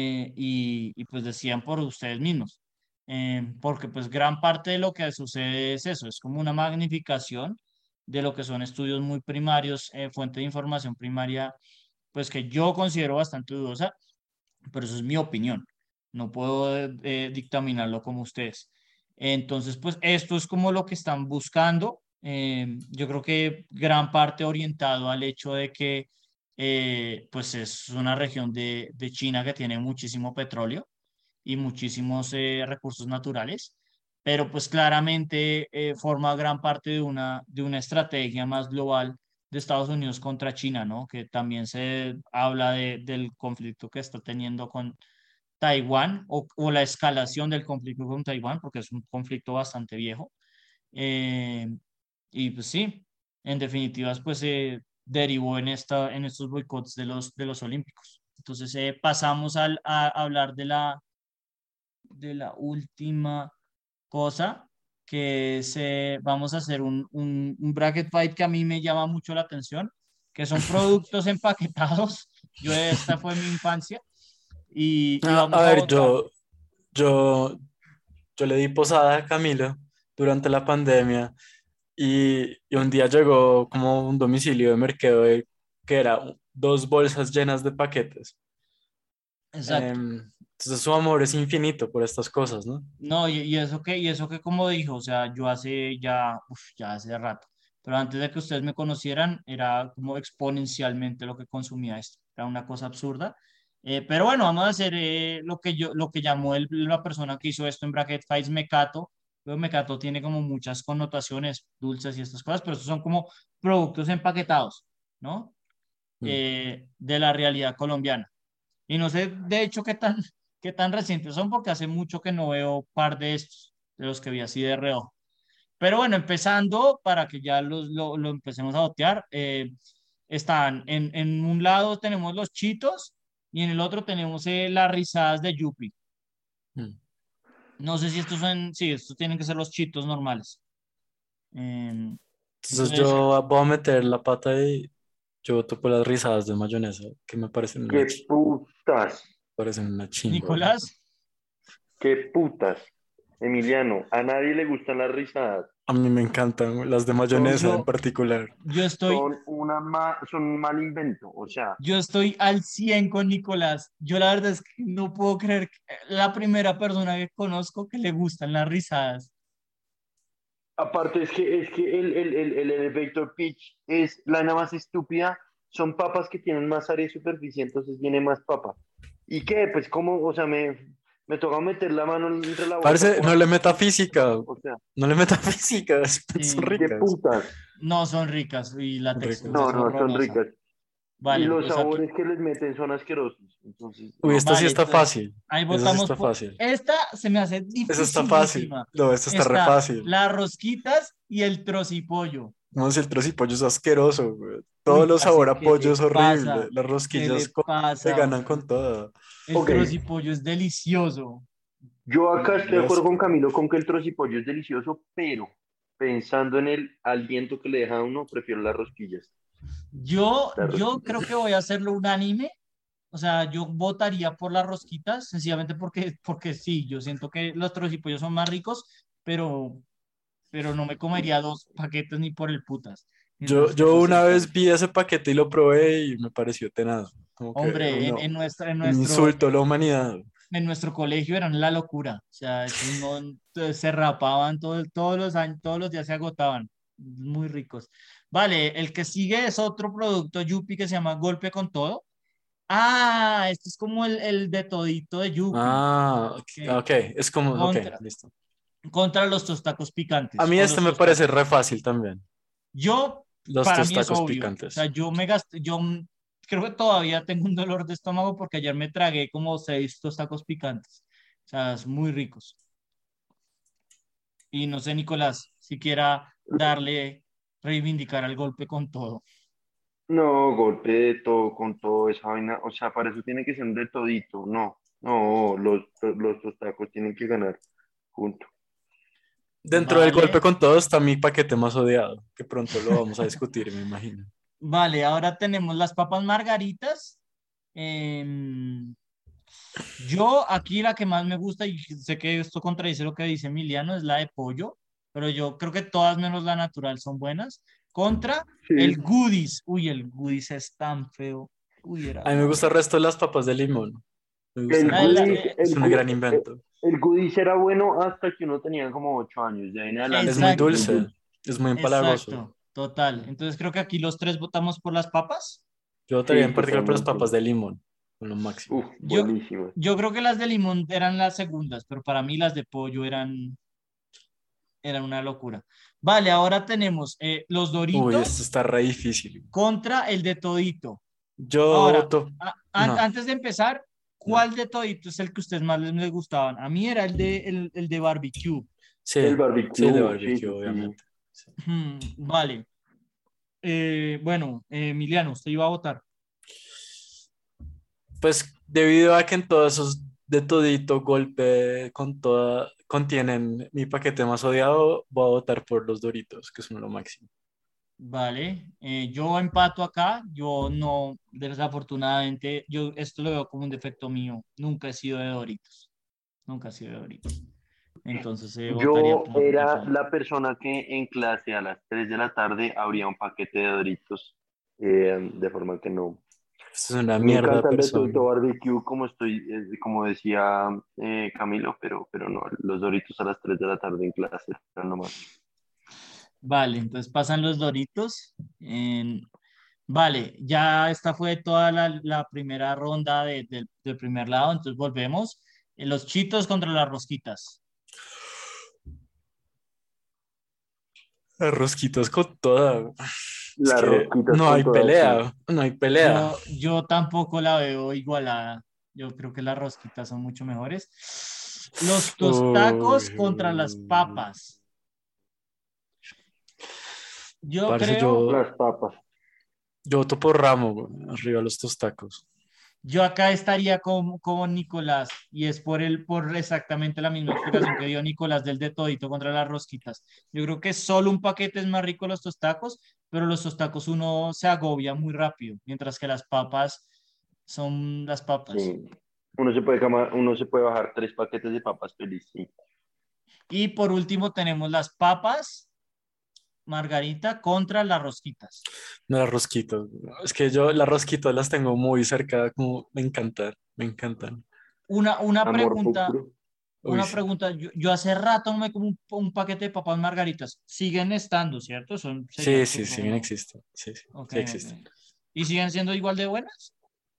[SPEAKER 4] y pues decían por ustedes mismos. Porque pues gran parte de lo que sucede es eso, es como una magnificación de lo que son estudios muy primarios, fuente de información primaria, pues que yo considero bastante dudosa, pero eso es mi opinión. No puedo dictaminarlo como ustedes. Entonces, pues esto es como lo que están buscando. Yo creo que gran parte orientado al hecho de que pues es una región de China que tiene muchísimo petróleo y muchísimos recursos naturales, pero pues claramente forma gran parte de una estrategia más global de Estados Unidos contra China, ¿no? Que también se habla del conflicto que está teniendo con Taiwán o la escalación del conflicto con Taiwán, porque es un conflicto bastante viejo. Eh, y pues sí, en definitivas, pues se derivó en estos boicots de los Olímpicos. Entonces pasamos a hablar de la última cosa, que es, vamos a hacer un bracket fight que a mí me llama mucho la atención, que son productos empaquetados. Esta fue mi infancia y
[SPEAKER 3] A
[SPEAKER 4] vamos a
[SPEAKER 3] ver,
[SPEAKER 4] votar.
[SPEAKER 3] yo, yo le di posada a Camilo durante la pandemia y un día llegó como un domicilio de mercado que era 2 bolsas llenas de paquetes.
[SPEAKER 4] Exacto.
[SPEAKER 3] Entonces su amor es infinito por estas cosas, ¿no?
[SPEAKER 4] No, y eso que como dijo, o sea, yo hace ya hace rato, pero antes de que ustedes me conocieran, era como exponencialmente lo que consumía esto, era una cosa absurda. Pero bueno, vamos a hacer lo que llamó la persona que hizo esto en Bracket Fights Mecato. Luego Mecato tiene como muchas connotaciones dulces y estas cosas, pero estos son como productos empaquetados, ¿no?
[SPEAKER 3] Mm.
[SPEAKER 4] De la realidad colombiana. Y no sé, de hecho, qué tan recientes son, porque hace mucho que no veo par de estos, de los que vi así de reojo. Pero bueno, empezando, para que ya lo empecemos a botear, están en un lado tenemos los chitos y en el otro tenemos las risadas de Yupi.
[SPEAKER 3] Mm.
[SPEAKER 4] No sé si sí, estos tienen que ser los chitos normales. Em,
[SPEAKER 3] Entonces
[SPEAKER 4] entonces,
[SPEAKER 3] yo voy a meter la pata y yo voto por las risadas de mayonesa, que me
[SPEAKER 2] Qué putas,
[SPEAKER 3] parecen una chimba.
[SPEAKER 4] Nicolás,
[SPEAKER 2] qué putas. Emiliano, a nadie le gustan las risadas.
[SPEAKER 3] A mí me encantan las de
[SPEAKER 2] Son,
[SPEAKER 3] mayonesa en
[SPEAKER 4] yo,
[SPEAKER 3] particular.
[SPEAKER 4] yo estoy
[SPEAKER 2] son un mal invento. O sea,
[SPEAKER 4] Yo estoy al 100 con Nicolás. Yo la verdad es que no puedo creer que la primera persona que conozco que le gustan las risadas.
[SPEAKER 2] aparte es que el efecto pitch es la nada más estúpida. Son papas que tienen más área de superficie, entonces viene más papa. ¿Y qué? Pues cómo, o sea, me toca meter la mano entre la boca
[SPEAKER 3] Parece,
[SPEAKER 2] por
[SPEAKER 3] no le
[SPEAKER 2] algo
[SPEAKER 3] meta
[SPEAKER 2] que,
[SPEAKER 3] física,
[SPEAKER 2] o sea,
[SPEAKER 3] no le meta física, son
[SPEAKER 4] Sí,
[SPEAKER 2] qué
[SPEAKER 3] ricas.
[SPEAKER 2] putas.
[SPEAKER 4] no son ricas y la
[SPEAKER 3] Son ricas.
[SPEAKER 4] textura es
[SPEAKER 2] No, no, son
[SPEAKER 4] horrorosa.
[SPEAKER 2] ricas. Y
[SPEAKER 4] Vale,
[SPEAKER 2] los
[SPEAKER 4] pues aquí,
[SPEAKER 2] sabores que les meten son asquerosos. Entonces,
[SPEAKER 3] Uy,
[SPEAKER 2] no.
[SPEAKER 3] esta sí
[SPEAKER 4] vale,
[SPEAKER 3] está
[SPEAKER 4] entonces
[SPEAKER 3] fácil.
[SPEAKER 4] ahí
[SPEAKER 3] Esa sí
[SPEAKER 4] votamos
[SPEAKER 3] está
[SPEAKER 4] por...
[SPEAKER 3] fácil.
[SPEAKER 4] Esta se me hace
[SPEAKER 3] Esa está fácil.
[SPEAKER 4] dificilísima.
[SPEAKER 3] No, esta está re
[SPEAKER 4] Está
[SPEAKER 3] fácil.
[SPEAKER 4] las rosquitas y el trocipollo.
[SPEAKER 3] No, si el trocipollo es asqueroso, güey. Todo
[SPEAKER 4] Uy,
[SPEAKER 3] lo
[SPEAKER 4] parce,
[SPEAKER 3] sabor a
[SPEAKER 4] ¿qué
[SPEAKER 3] pollo
[SPEAKER 4] le
[SPEAKER 3] es horrible.
[SPEAKER 4] pasa?
[SPEAKER 3] Las
[SPEAKER 4] ¿Qué
[SPEAKER 3] rosquillas
[SPEAKER 4] le
[SPEAKER 3] se
[SPEAKER 4] pasa?
[SPEAKER 3] ganan con todo.
[SPEAKER 4] El
[SPEAKER 2] Ok,
[SPEAKER 4] trocipollo es delicioso.
[SPEAKER 2] yo acá estoy de
[SPEAKER 3] Dios.
[SPEAKER 2] acuerdo con Camilo con que el trocipollo es delicioso, pero pensando en el aliento que le deja a uno, prefiero las rosquillas. Las
[SPEAKER 4] Yo
[SPEAKER 2] rosquillas.
[SPEAKER 4] creo que voy a hacerlo unánime. O sea, yo votaría por las rosquitas, sencillamente porque sí, yo siento que los trocipollos son más ricos, pero no me comería 2 paquetes ni por el putas.
[SPEAKER 3] Yo,
[SPEAKER 4] Mientras que
[SPEAKER 3] yo
[SPEAKER 4] eso
[SPEAKER 3] una
[SPEAKER 4] sería,
[SPEAKER 3] vez vi ese paquete y lo probé y me pareció tenaz. Como que
[SPEAKER 4] hombre, en nuestra, en
[SPEAKER 3] un
[SPEAKER 4] nuestro,
[SPEAKER 3] insulto a la humanidad.
[SPEAKER 4] en nuestro colegio eran la locura. O sea, esos no se rapaban todos los años, todos los días se agotaban. Muy ricos. Vale, el que sigue es otro producto Yupi que se llama Golpe con Todo. Ah, este es como el de todito de Yupi.
[SPEAKER 3] Ah, ok,
[SPEAKER 4] Ok.
[SPEAKER 3] ok, es como, ok,
[SPEAKER 4] Contra,
[SPEAKER 3] listo.
[SPEAKER 4] contra los tostacos
[SPEAKER 3] A
[SPEAKER 4] picantes
[SPEAKER 3] mí
[SPEAKER 4] o
[SPEAKER 3] este
[SPEAKER 4] los
[SPEAKER 3] me parece
[SPEAKER 4] tostacos.
[SPEAKER 3] re fácil también.
[SPEAKER 4] Yo,
[SPEAKER 3] Los
[SPEAKER 4] para mí es
[SPEAKER 3] tostacos
[SPEAKER 4] obvio. O sea,
[SPEAKER 3] picantes.
[SPEAKER 4] yo me gasté, creo que todavía tengo un dolor de estómago porque ayer me tragué como 6 tacos picantes. O sea, es muy ricos. Y no sé, Nicolás, si quiera darle, reivindicar al golpe con todo.
[SPEAKER 2] No, golpe de todo, con todo esa vaina. O sea, para eso tiene que ser un de todito. No, no, los dos tacos tienen que ganar junto.
[SPEAKER 3] Dentro del golpe
[SPEAKER 4] Vale,
[SPEAKER 3] con todo está mi paquete más odiado, que pronto lo vamos a discutir, me imagino.
[SPEAKER 4] vale, ahora tenemos las papas margaritas. Em, yo aquí la que más me gusta, y sé que esto contradice lo que dice Emiliano, es la de pollo, pero yo creo que todas menos la natural son buenas. Contra
[SPEAKER 2] Sí.
[SPEAKER 4] el goodies. Uy, el goodies es tan feo. Uy, era
[SPEAKER 3] A mí me gusta
[SPEAKER 4] malo.
[SPEAKER 3] el resto de las papas de limón. Me
[SPEAKER 2] El
[SPEAKER 3] gustan
[SPEAKER 4] La,
[SPEAKER 3] el
[SPEAKER 4] la-
[SPEAKER 3] resto.
[SPEAKER 2] goodies,
[SPEAKER 4] eh,
[SPEAKER 3] Es un gran invento.
[SPEAKER 2] el goodies era bueno hasta que uno tenía como 8 años. De ahí en adelante
[SPEAKER 3] Es muy
[SPEAKER 2] es muy
[SPEAKER 4] exacto,
[SPEAKER 3] dulce,
[SPEAKER 2] dulce.
[SPEAKER 3] es muy empalagoso.
[SPEAKER 4] exacto, total. Entonces creo que aquí los tres votamos por las papas.
[SPEAKER 3] Yo votaría
[SPEAKER 2] Sí,
[SPEAKER 3] en particular por las
[SPEAKER 2] totalmente.
[SPEAKER 3] papas de limón, con lo máximo.
[SPEAKER 2] Uf,
[SPEAKER 4] Yo,
[SPEAKER 2] buenísimo.
[SPEAKER 4] yo creo que las de limón eran las segundas, pero para mí las de pollo eran una locura. Vale, ahora tenemos los
[SPEAKER 3] Uy, esto
[SPEAKER 4] Doritos
[SPEAKER 3] está re difícil.
[SPEAKER 4] contra el de Todito.
[SPEAKER 3] Yo
[SPEAKER 4] Ahora,
[SPEAKER 3] voto. No,
[SPEAKER 4] antes de empezar,
[SPEAKER 3] no.
[SPEAKER 4] ¿cuál de Todito es el que a ustedes más les gustaban? A mí era el de barbecue.
[SPEAKER 2] El
[SPEAKER 3] Sí, sí, el de
[SPEAKER 2] barbecue, sí,
[SPEAKER 3] barbecue,
[SPEAKER 2] sí, sí.
[SPEAKER 3] obviamente. Sí.
[SPEAKER 4] Vale. Bueno, Emiliano, usted iba a votar.
[SPEAKER 3] Pues debido a que en todos esos de todito golpe con toda contienen mi paquete más odiado, voy a votar por los Doritos, que son lo máximo.
[SPEAKER 4] Vale, yo empato acá, yo no, desafortunadamente, yo esto lo veo como un defecto mío, nunca he sido de Doritos, nunca he sido de Doritos, entonces votaría
[SPEAKER 2] Yo
[SPEAKER 4] por
[SPEAKER 2] era
[SPEAKER 4] diferente.
[SPEAKER 2] la persona que en clase a las 3 de la tarde abría un paquete de Doritos, de forma que no.
[SPEAKER 3] Esto es una
[SPEAKER 2] Me
[SPEAKER 3] mierda de
[SPEAKER 2] encanta el de
[SPEAKER 3] persona.
[SPEAKER 2] Todito Barbecue, como decía Camilo, pero no, los Doritos a las 3 de la tarde en clase, eran nomás.
[SPEAKER 4] Vale, entonces pasan los Doritos. Vale, ya esta fue toda la primera ronda del primer lado, entonces volvemos. Los Chitos contra las Rosquitas.
[SPEAKER 3] Las rosquitas con toda. Es
[SPEAKER 2] Las
[SPEAKER 3] que
[SPEAKER 2] rosquitas
[SPEAKER 3] no
[SPEAKER 2] con
[SPEAKER 3] hay
[SPEAKER 2] todas, sí.
[SPEAKER 3] pelea, no hay pelea.
[SPEAKER 4] Yo tampoco la veo igualada. Yo creo que las rosquitas son mucho mejores. Los tostacos contra las
[SPEAKER 3] Uy.
[SPEAKER 4] papas. Yo
[SPEAKER 3] Parce,
[SPEAKER 4] creo,
[SPEAKER 2] Las papas.
[SPEAKER 3] yo voto por Ramo, güey, arriba los tostacos.
[SPEAKER 4] yo acá estaría con Nicolás y es por exactamente la misma explicación que dio Nicolás del de todito contra las rosquitas. Yo creo que solo un paquete es más rico los tostacos, pero los tostacos uno se agobia muy rápido, mientras que las papas son las papas.
[SPEAKER 2] Sí. Uno se puede bajar 3 paquetes de papas feliz, sí.
[SPEAKER 4] Y por último tenemos las papas margarita contra las rosquitas.
[SPEAKER 3] No, las rosquitas. Es que yo las rosquitas las tengo muy cerca, como me encantan, me encantan.
[SPEAKER 4] Una
[SPEAKER 2] Amor
[SPEAKER 4] pregunta,
[SPEAKER 2] puro.
[SPEAKER 3] Uy, sí.
[SPEAKER 4] yo hace rato no me como un paquete de papas margaritas. Siguen estando, ¿cierto? Sería
[SPEAKER 3] Sí, sí,
[SPEAKER 4] absurdo
[SPEAKER 3] siguen
[SPEAKER 4] no.
[SPEAKER 3] existen. Sí, sí,
[SPEAKER 4] Ok,
[SPEAKER 3] sí
[SPEAKER 4] ok.
[SPEAKER 3] existen.
[SPEAKER 4] ¿Y siguen siendo igual de buenas?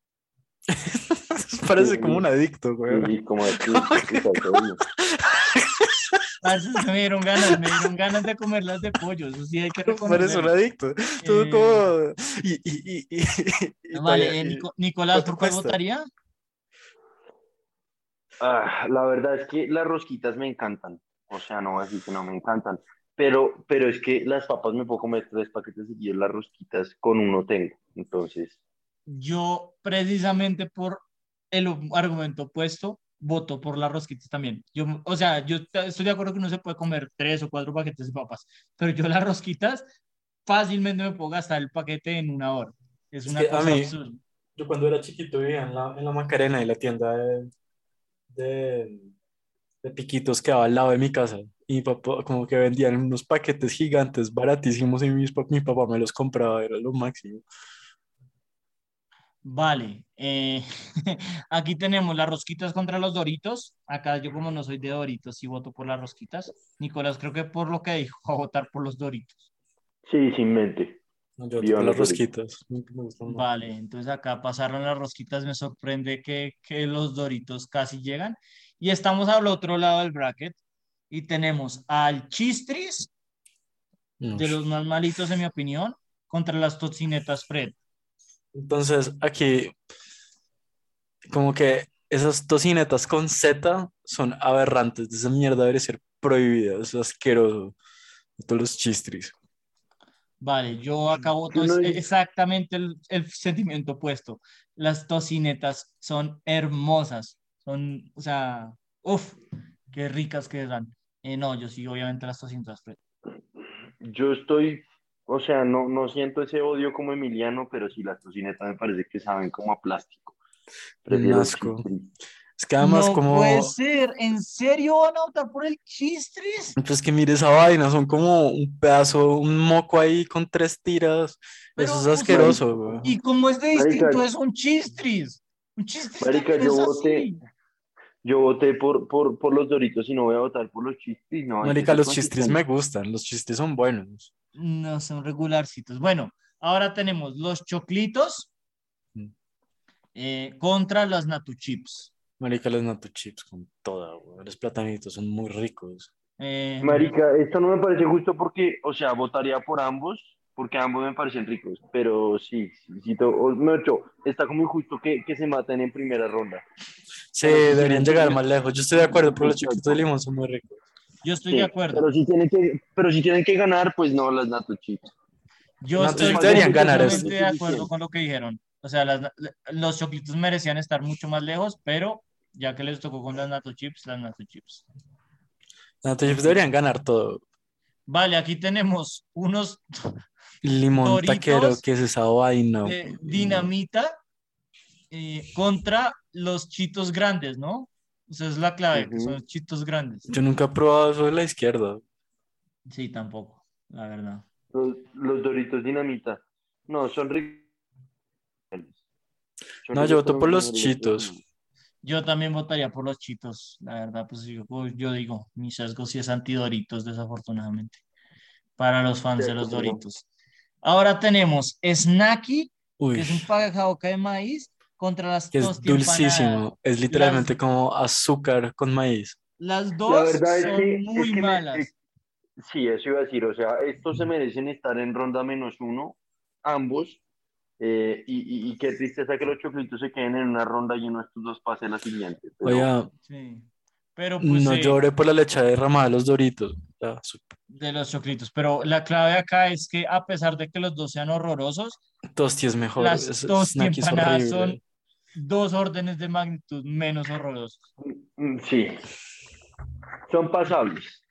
[SPEAKER 3] Parece como un
[SPEAKER 2] Sí,
[SPEAKER 3] adicto, güey.
[SPEAKER 2] sí, como así, exacto, obvio.
[SPEAKER 4] Parce, me dieron ganas de comerlas de pollo, eso sí hay que
[SPEAKER 3] Parece un
[SPEAKER 4] reconocerlo.
[SPEAKER 3] adicto. Todo
[SPEAKER 4] Eh,
[SPEAKER 3] como. Y todavía.
[SPEAKER 4] vale, Nicolás,
[SPEAKER 3] ¿Cuánto
[SPEAKER 4] ¿por cuál
[SPEAKER 3] cuesta?
[SPEAKER 4] votaría?
[SPEAKER 2] La verdad es que las rosquitas me encantan. O sea, no voy a decir que no me encantan. Pero es que las papas me puedo comer 3 paquetes seguidos, las rosquitas con uno tengo. Entonces,
[SPEAKER 4] Yo, precisamente por el argumento opuesto, voto por las rosquitas también. O sea, yo estoy de acuerdo que uno se puede comer 3 o 4 paquetes de papas, pero yo las rosquitas fácilmente me puedo gastar el paquete en una hora. Es
[SPEAKER 3] Es
[SPEAKER 4] una
[SPEAKER 3] que a
[SPEAKER 4] cosa
[SPEAKER 3] mí,
[SPEAKER 4] absurda.
[SPEAKER 3] yo cuando era chiquito vivía en la Macarena y la tienda de, de piquitos que daba al lado de mi casa. Y mi papá, como que vendían unos paquetes gigantes, baratísimos, y mi papá me los compraba, era lo máximo.
[SPEAKER 4] Vale, aquí tenemos las rosquitas contra los Doritos. Acá yo como no soy de Doritos, sí voto por las rosquitas. Nicolás creo que por lo que dijo, va a votar por los Doritos.
[SPEAKER 2] sí, sin mente.
[SPEAKER 3] No, yo voto por
[SPEAKER 2] Vivan
[SPEAKER 3] las
[SPEAKER 2] los Doritos.
[SPEAKER 3] rosquitas, me gustan más.
[SPEAKER 4] Vale, entonces acá pasaron las rosquitas, me sorprende que los Doritos casi llegan. Y estamos al otro lado del bracket y tenemos al Chistris,
[SPEAKER 3] No,
[SPEAKER 4] de los más malitos en mi opinión, contra las tocinetas Fred.
[SPEAKER 3] Entonces, aquí, como que esas tocinetas con Z son aberrantes. Esa mierda debería ser prohibida. Es asqueroso. Todos los chistris.
[SPEAKER 4] Vale, yo acabo
[SPEAKER 2] Yo
[SPEAKER 4] todo
[SPEAKER 2] no he-
[SPEAKER 4] exactamente el sentimiento opuesto. Las tocinetas son hermosas, son, o sea, uff, qué ricas que dan. No, yo sí, obviamente las tocinetas.
[SPEAKER 2] yo estoy, o sea, no siento ese odio como Emiliano, pero sí las tocinetas me parece que saben como a plástico.
[SPEAKER 3] Un
[SPEAKER 2] Prefiero el
[SPEAKER 3] asco.
[SPEAKER 2] chistris.
[SPEAKER 3] Es que además
[SPEAKER 4] No puede
[SPEAKER 3] como,
[SPEAKER 4] ser, ¿en serio van a votar por el chistris?
[SPEAKER 3] pues que mire esa vaina, son como un pedazo, un moco ahí con 3 tiras. Eso es
[SPEAKER 4] Pero, pues,
[SPEAKER 2] Marica,
[SPEAKER 3] asqueroso, güey.
[SPEAKER 4] ¿y cómo es de
[SPEAKER 2] marica,
[SPEAKER 4] distinto es un chistris? Un chistris
[SPEAKER 2] marica,
[SPEAKER 4] también es así.
[SPEAKER 2] yo voté por los Doritos y no voy a votar por los chistris, no, hay que
[SPEAKER 3] Marica,
[SPEAKER 2] ser
[SPEAKER 3] los chistris me
[SPEAKER 2] consistente.
[SPEAKER 3] gustan, los chistris son buenos.
[SPEAKER 4] No son regularcitos. Bueno, ahora tenemos los choclitos contra las Natu Chips.
[SPEAKER 3] Marica, los nacho chips con toda, güey. Los platanitos son muy ricos.
[SPEAKER 4] Eh,
[SPEAKER 2] Marica, esto no me parece justo porque, o sea, votaría por ambos, porque ambos me parecen ricos, pero mejor dicho, está como injusto que se maten en primera ronda.
[SPEAKER 3] Sí,
[SPEAKER 2] Pero si
[SPEAKER 3] deberían
[SPEAKER 2] tienen que,
[SPEAKER 3] llegar más lejos. Yo estoy de acuerdo, pero los chiquitos de
[SPEAKER 2] exacto,
[SPEAKER 3] limón son muy ricos.
[SPEAKER 4] yo estoy de
[SPEAKER 2] sí,
[SPEAKER 4] acuerdo.
[SPEAKER 2] pero si tienen que ganar, pues no, las Nacho Chips.
[SPEAKER 4] Yo
[SPEAKER 3] Nacho
[SPEAKER 4] estoy
[SPEAKER 3] chips deberían ganar
[SPEAKER 4] completamente
[SPEAKER 3] esto.
[SPEAKER 4] de acuerdo
[SPEAKER 2] Suficiente.
[SPEAKER 4] con lo que dijeron. O sea, los choclitos merecían estar mucho más lejos, pero ya que les tocó con las Nato Chips, las Nato Chips.
[SPEAKER 3] Nacho chips
[SPEAKER 4] Mm.
[SPEAKER 3] deberían ganar todo.
[SPEAKER 4] Vale, aquí tenemos unos
[SPEAKER 3] Limón taquero,
[SPEAKER 4] Doritos
[SPEAKER 3] ¿qué es esa vaina?
[SPEAKER 4] de dinamita contra los chitos grandes, ¿no? O sea, es la clave, que son
[SPEAKER 2] Ujú.
[SPEAKER 4] los chitos grandes.
[SPEAKER 3] Yo nunca he probado eso de la izquierda.
[SPEAKER 4] Sí, tampoco, la verdad.
[SPEAKER 2] Los Doritos Dinamita. No, son
[SPEAKER 3] No, yo
[SPEAKER 2] ricos,
[SPEAKER 3] voto
[SPEAKER 2] pero
[SPEAKER 3] por
[SPEAKER 2] me
[SPEAKER 3] los
[SPEAKER 2] gustaría que
[SPEAKER 3] chitos.
[SPEAKER 2] ganen.
[SPEAKER 4] Yo también votaría por los chitos, la verdad, yo digo, mi sesgo sí es antidoritos, desafortunadamente, para los fans
[SPEAKER 2] De
[SPEAKER 4] de los
[SPEAKER 2] acuerdo.
[SPEAKER 4] Doritos. Ahora tenemos Snacky, que
[SPEAKER 3] Uy,
[SPEAKER 4] es un pajaboca de maíz, contra las
[SPEAKER 3] que es
[SPEAKER 4] tosti empanadas.
[SPEAKER 3] dulcísimo. Es
[SPEAKER 4] Las,
[SPEAKER 3] literalmente como azúcar con maíz.
[SPEAKER 4] las
[SPEAKER 2] La
[SPEAKER 4] dos
[SPEAKER 2] verdad
[SPEAKER 4] son
[SPEAKER 2] es
[SPEAKER 4] muy
[SPEAKER 2] que
[SPEAKER 4] malas.
[SPEAKER 2] sí, eso iba a decir, o sea, estos se merecen estar en ronda -1, ambos, y qué tristeza que los choclitos se queden en una ronda y uno de estos dos pase a la siguiente, pero
[SPEAKER 3] Oiga,
[SPEAKER 4] Sí. Pero pues
[SPEAKER 3] no lloré por la leche derramada de los Doritos. Ya,
[SPEAKER 4] de los choclitos. Pero la clave acá es que a pesar de que los dos sean horrorosos,
[SPEAKER 3] Tosti es mejor.
[SPEAKER 4] las
[SPEAKER 3] Ese
[SPEAKER 4] tosti
[SPEAKER 3] snack es
[SPEAKER 4] empanadas son
[SPEAKER 3] horrible.
[SPEAKER 4] dos órdenes de magnitud menos horrorosos.
[SPEAKER 2] sí, son pasables.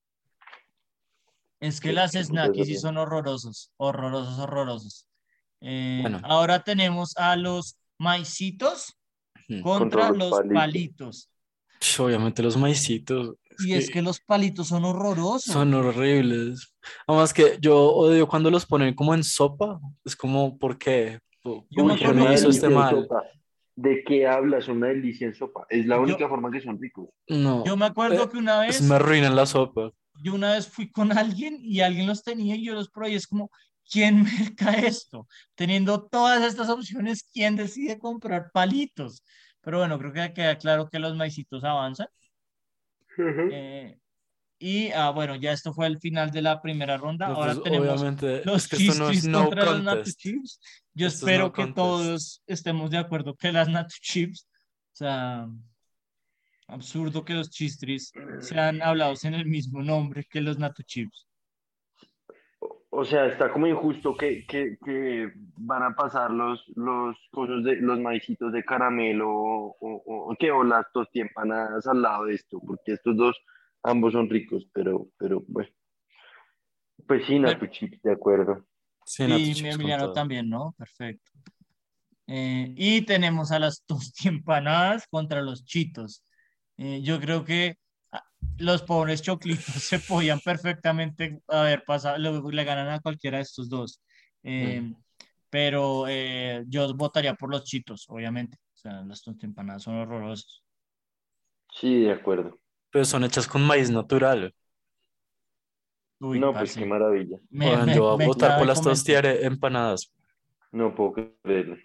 [SPEAKER 4] Es que las
[SPEAKER 2] Qué putas
[SPEAKER 4] snackies sí
[SPEAKER 2] son.
[SPEAKER 4] son horrorosos, horrorosos, horrorosos.
[SPEAKER 3] Bueno,
[SPEAKER 4] Ahora tenemos a los maicitos
[SPEAKER 2] Contra
[SPEAKER 4] contra
[SPEAKER 2] los
[SPEAKER 4] los
[SPEAKER 2] palitos.
[SPEAKER 4] palitos.
[SPEAKER 3] obviamente los maicitos. Es
[SPEAKER 4] Y es
[SPEAKER 3] que
[SPEAKER 4] que los palitos son
[SPEAKER 3] son
[SPEAKER 4] horrorosos.
[SPEAKER 3] horribles. Además que yo odio cuando los ponen como en sopa. Es como, ¿por qué?
[SPEAKER 4] Yo me
[SPEAKER 2] Uy,
[SPEAKER 3] ¿Por qué
[SPEAKER 2] son
[SPEAKER 4] acuerdo
[SPEAKER 3] me
[SPEAKER 2] una
[SPEAKER 4] que
[SPEAKER 3] hizo este
[SPEAKER 2] delicia en
[SPEAKER 3] mal?
[SPEAKER 2] sopa. ¿De qué hablas? Son una delicia en sopa. Es la
[SPEAKER 4] yo,
[SPEAKER 2] única forma que son ricos.
[SPEAKER 4] yo
[SPEAKER 3] No,
[SPEAKER 4] me acuerdo que
[SPEAKER 3] me arruinan la sopa.
[SPEAKER 4] yo una vez fui con alguien y alguien los tenía y yo los probé y es como, ¿quién merca esto? Teniendo todas estas opciones, ¿quién decide comprar palitos? Pero bueno, creo que queda claro que los maicitos avanzan.
[SPEAKER 2] Ujú.
[SPEAKER 4] Eh, bueno, ya esto fue el final de la primera ronda.
[SPEAKER 3] No,
[SPEAKER 4] Ahora
[SPEAKER 3] pues
[SPEAKER 4] tenemos
[SPEAKER 3] obviamente,
[SPEAKER 4] los
[SPEAKER 3] es que esto no es
[SPEAKER 4] chistris
[SPEAKER 3] no
[SPEAKER 4] contra los nacho
[SPEAKER 3] contest.
[SPEAKER 4] chips. Yo
[SPEAKER 3] Esto es no
[SPEAKER 4] espero que
[SPEAKER 3] contest.
[SPEAKER 4] todos estemos de acuerdo que las nacho chips, o sea, absurdo que los chistris sean hablados en el mismo nombre que los nacho chips.
[SPEAKER 2] O sea, está como injusto que van a pasar los maicitos de caramelo o las tostiempanadas al lado de esto, porque estos dos ambos son ricos, pero bueno, pues sí,
[SPEAKER 4] Pero,
[SPEAKER 2] Nacho Chips, de acuerdo.
[SPEAKER 3] Sí, nacho
[SPEAKER 4] y mi
[SPEAKER 3] chips con
[SPEAKER 4] Emiliano
[SPEAKER 3] todo.
[SPEAKER 4] también, ¿no? Perfecto. Y tenemos a las tostiempanadas contra los chitos. Yo creo que ah, los pobres choclitos se podían perfectamente haber pasado, le ganan a cualquiera de estos dos.
[SPEAKER 3] Mm.
[SPEAKER 4] Eh, pero yo votaría por los chitos, obviamente. O sea, las tostiempanadas son horrorosas.
[SPEAKER 2] Sí, de acuerdo.
[SPEAKER 3] Pero son hechas con maíz natural.
[SPEAKER 4] Uy,
[SPEAKER 2] No, pues qué
[SPEAKER 4] parce,
[SPEAKER 2] maravilla.
[SPEAKER 3] Oigan, yo voy a
[SPEAKER 4] me
[SPEAKER 3] votar
[SPEAKER 4] acaba
[SPEAKER 3] por
[SPEAKER 4] de
[SPEAKER 3] las
[SPEAKER 4] convencer.
[SPEAKER 3] tostiare empanadas.
[SPEAKER 2] No puedo creerlo.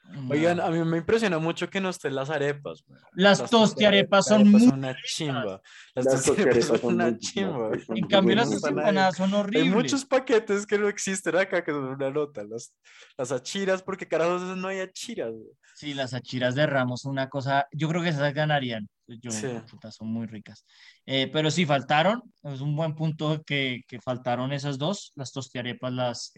[SPEAKER 3] Oigan, a mí me impresiona mucho que no estén las arepas. Güey.
[SPEAKER 4] Las tostiarepas son
[SPEAKER 3] arepas
[SPEAKER 4] muy
[SPEAKER 3] son una chimba. Las
[SPEAKER 2] Las
[SPEAKER 3] tostiarepas
[SPEAKER 2] tostiarepas
[SPEAKER 3] son una
[SPEAKER 2] muy
[SPEAKER 3] chimba.
[SPEAKER 2] buenas, son
[SPEAKER 4] En
[SPEAKER 2] muy
[SPEAKER 4] cambio, las
[SPEAKER 2] buenas.
[SPEAKER 4] empanadas son
[SPEAKER 3] Hay
[SPEAKER 4] horribles.
[SPEAKER 3] muchos paquetes que no existen acá que son una nota. Las achiras, porque carajos no hay achiras. Güey.
[SPEAKER 4] Sí, las achiras de Ramos son una cosa, yo creo que esas ganarían.
[SPEAKER 3] Sí.
[SPEAKER 4] Puta, son muy ricas. Pero sí faltaron, es un buen punto que faltaron esas dos, las tostiarepas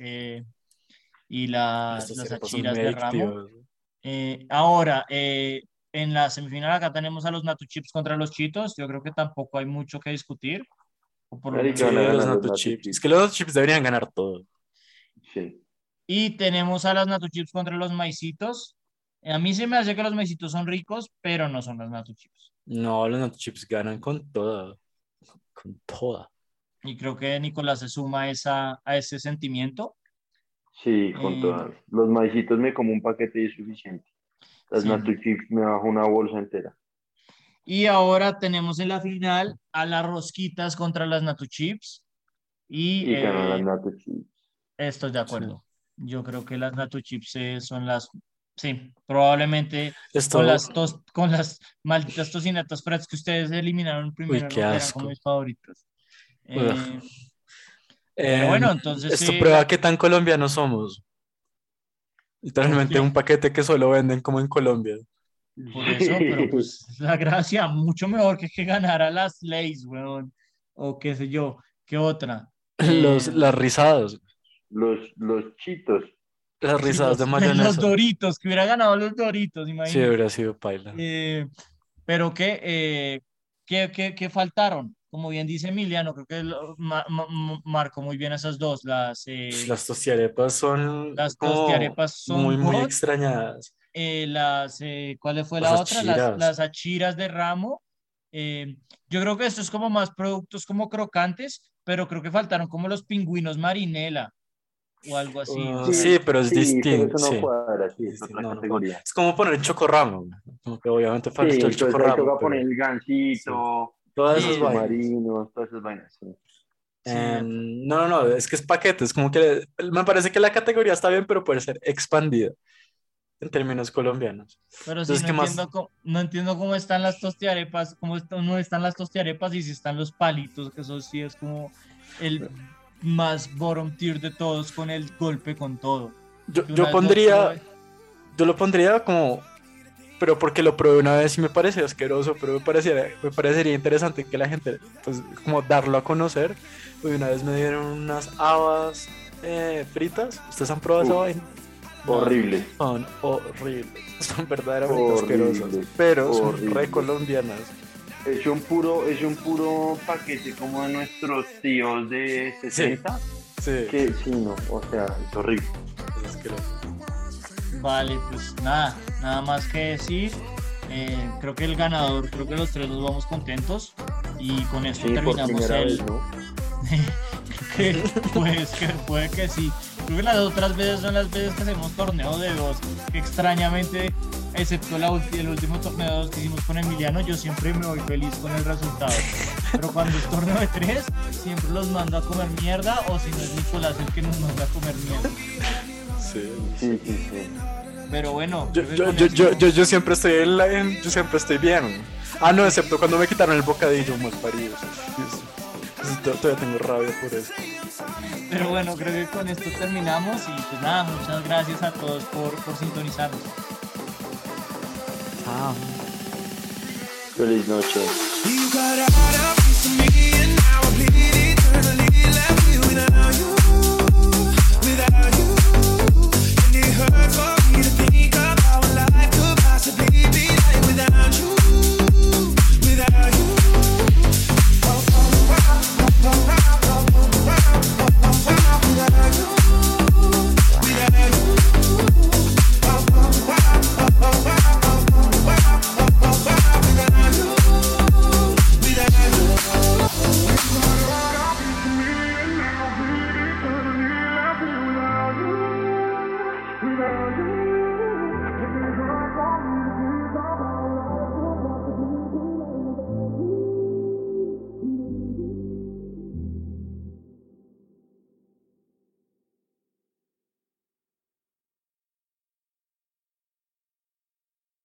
[SPEAKER 4] y
[SPEAKER 3] Las
[SPEAKER 4] las
[SPEAKER 3] tostiarepas son
[SPEAKER 4] achiras
[SPEAKER 3] muy
[SPEAKER 4] de Ramo.
[SPEAKER 3] adictivas.
[SPEAKER 4] Ahora, en la semifinal acá tenemos a los Natu Chips contra los Cheetos. Yo creo que tampoco hay mucho que discutir. O por lo
[SPEAKER 2] Marica,
[SPEAKER 3] Sí,
[SPEAKER 4] menos.
[SPEAKER 2] van a
[SPEAKER 3] los
[SPEAKER 2] ganar los
[SPEAKER 3] Nacho
[SPEAKER 2] Nacho
[SPEAKER 3] Chips.
[SPEAKER 2] Chips.
[SPEAKER 3] Es que los Nacho Chips deberían ganar todo.
[SPEAKER 2] Sí.
[SPEAKER 4] Y tenemos a las Natu Chips contra los Maicitos. A mí se me hace que los Maicitos son ricos, pero no son los Natu Chips.
[SPEAKER 3] No, los Nacho Chips ganan con toda. Con toda.
[SPEAKER 4] Y creo que Nicolás se suma a ese sentimiento.
[SPEAKER 2] Sí, con
[SPEAKER 4] Eh,
[SPEAKER 2] todas. Los maicitos me como un paquete y es suficiente. Las
[SPEAKER 4] Sí.
[SPEAKER 2] Nacho Chips me bajo una bolsa entera.
[SPEAKER 4] Y ahora tenemos en la final a las Rosquitas contra las Natu Chips. Y
[SPEAKER 2] Y ganan las Nacho Chips.
[SPEAKER 4] estoy de acuerdo. Yo creo que las Natu Chips son las... Sí, probablemente
[SPEAKER 3] Esto,
[SPEAKER 4] con las malditas tocinetas frescas que ustedes eliminaron primero,
[SPEAKER 3] qué
[SPEAKER 4] eran
[SPEAKER 3] asco.
[SPEAKER 4] como mis favoritos.
[SPEAKER 3] Ugh.
[SPEAKER 4] Pero bueno, entonces
[SPEAKER 3] esto
[SPEAKER 4] sí,
[SPEAKER 3] prueba qué tan colombianos somos. Literalmente
[SPEAKER 4] ¿Por qué?
[SPEAKER 3] un paquete que solo venden como en Colombia.
[SPEAKER 4] por eso, pero pues la gracia, mucho mejor que ganara las Lays, weón, o qué sé yo, qué otra.
[SPEAKER 3] Las risadas.
[SPEAKER 2] Los chitos.
[SPEAKER 3] Las
[SPEAKER 4] Sí,
[SPEAKER 3] risadas de
[SPEAKER 4] los
[SPEAKER 3] mayonesa.
[SPEAKER 4] Doritos, que hubiera ganado los Doritos,
[SPEAKER 3] Sí,
[SPEAKER 4] imagínate.
[SPEAKER 3] hubiera sido paila.
[SPEAKER 4] Pero ¿qué faltaron? Como bien dice Emiliano, creo que marcó muy bien esas dos.
[SPEAKER 3] Las tostiarepas son
[SPEAKER 4] Las
[SPEAKER 3] como
[SPEAKER 4] tostiarepas son
[SPEAKER 3] muy
[SPEAKER 4] God.
[SPEAKER 3] extrañadas.
[SPEAKER 4] ¿Cuál fue
[SPEAKER 3] Las
[SPEAKER 4] la otra?
[SPEAKER 3] achiras.
[SPEAKER 4] Las achiras de Ramo. Yo creo que esto es como más productos como crocantes, pero creo que faltaron como los pingüinos marinela o algo así. O sea,
[SPEAKER 3] Sí, pero es
[SPEAKER 2] Sí, pero
[SPEAKER 3] distinto.
[SPEAKER 2] eso no
[SPEAKER 3] Sí.
[SPEAKER 2] cuadra, sí, es
[SPEAKER 3] Sí,
[SPEAKER 2] otra
[SPEAKER 3] no, no.
[SPEAKER 2] categoría.
[SPEAKER 3] Es como poner chocorramo. Como que obviamente
[SPEAKER 2] Sí,
[SPEAKER 3] falta el
[SPEAKER 2] entonces ahí
[SPEAKER 3] chocorramo.
[SPEAKER 2] toca
[SPEAKER 3] pero
[SPEAKER 2] poner el gansito,
[SPEAKER 3] todas
[SPEAKER 4] Sí,
[SPEAKER 3] esas
[SPEAKER 2] los
[SPEAKER 3] vainas.
[SPEAKER 2] submarinos, todas esas vainas. Sí.
[SPEAKER 4] sí,
[SPEAKER 3] No, es que es paquete. Es como que me parece que la categoría está bien, pero puede ser expandida en términos colombianos.
[SPEAKER 4] pero sí,
[SPEAKER 3] Entonces, ¿qué más?
[SPEAKER 4] no entiendo cómo están las tostiarepas, no están las tostiarepas y si están los palitos, que eso sí es como el más bottom tier de todos con el golpe con todo.
[SPEAKER 3] Yo
[SPEAKER 4] Que una vez
[SPEAKER 3] lo pondría como, pero porque lo probé una vez y me pareció asqueroso, pero me parecería interesante que la gente, pues, como darlo a conocer. Hoy una vez me dieron unas habas fritas. ¿Ustedes han probado esa
[SPEAKER 2] Uf.
[SPEAKER 3] vaina?
[SPEAKER 2] Horrible.
[SPEAKER 3] Son horribles, son verdaderamente
[SPEAKER 2] Horribles,
[SPEAKER 3] asquerosas, pero son
[SPEAKER 2] horribles.
[SPEAKER 3] re colombianas.
[SPEAKER 2] Es un puro paquete como de nuestros tíos de 60.
[SPEAKER 3] Sí,
[SPEAKER 2] Que sí, no, o sea, es horrible.
[SPEAKER 3] es asqueroso.
[SPEAKER 4] Vale, pues nada más que decir. Creo que el ganador, creo que los tres nos vamos contentos y con esto
[SPEAKER 2] Sí, por
[SPEAKER 4] terminamos
[SPEAKER 2] primera vez, ¿no?
[SPEAKER 4] puede que sí. Creo que las otras veces son las veces que hacemos torneo de dos, que extrañamente, excepto el último torneo de dos que hicimos con Emiliano, yo siempre me voy feliz con el resultado. Pero cuando es torneo de tres, siempre los mando a comer mierda, o si no es Nicolás el que nos manda a comer mierda.
[SPEAKER 3] Sí.
[SPEAKER 2] Sí.
[SPEAKER 4] Pero bueno,
[SPEAKER 3] Yo,
[SPEAKER 4] creo que
[SPEAKER 3] yo,
[SPEAKER 4] con
[SPEAKER 3] yo,
[SPEAKER 4] esto-
[SPEAKER 3] yo, yo siempre estoy yo siempre estoy bien. Ah, no, excepto cuando me quitaron el bocadillo, mal parido. Todavía tengo rabia por eso.
[SPEAKER 4] Pero bueno, creo que con esto terminamos y pues nada, muchas gracias a todos por sintonizarnos.
[SPEAKER 2] Feliz noche.
[SPEAKER 1] You got out of me, and now I bleed eternally. Left you without you.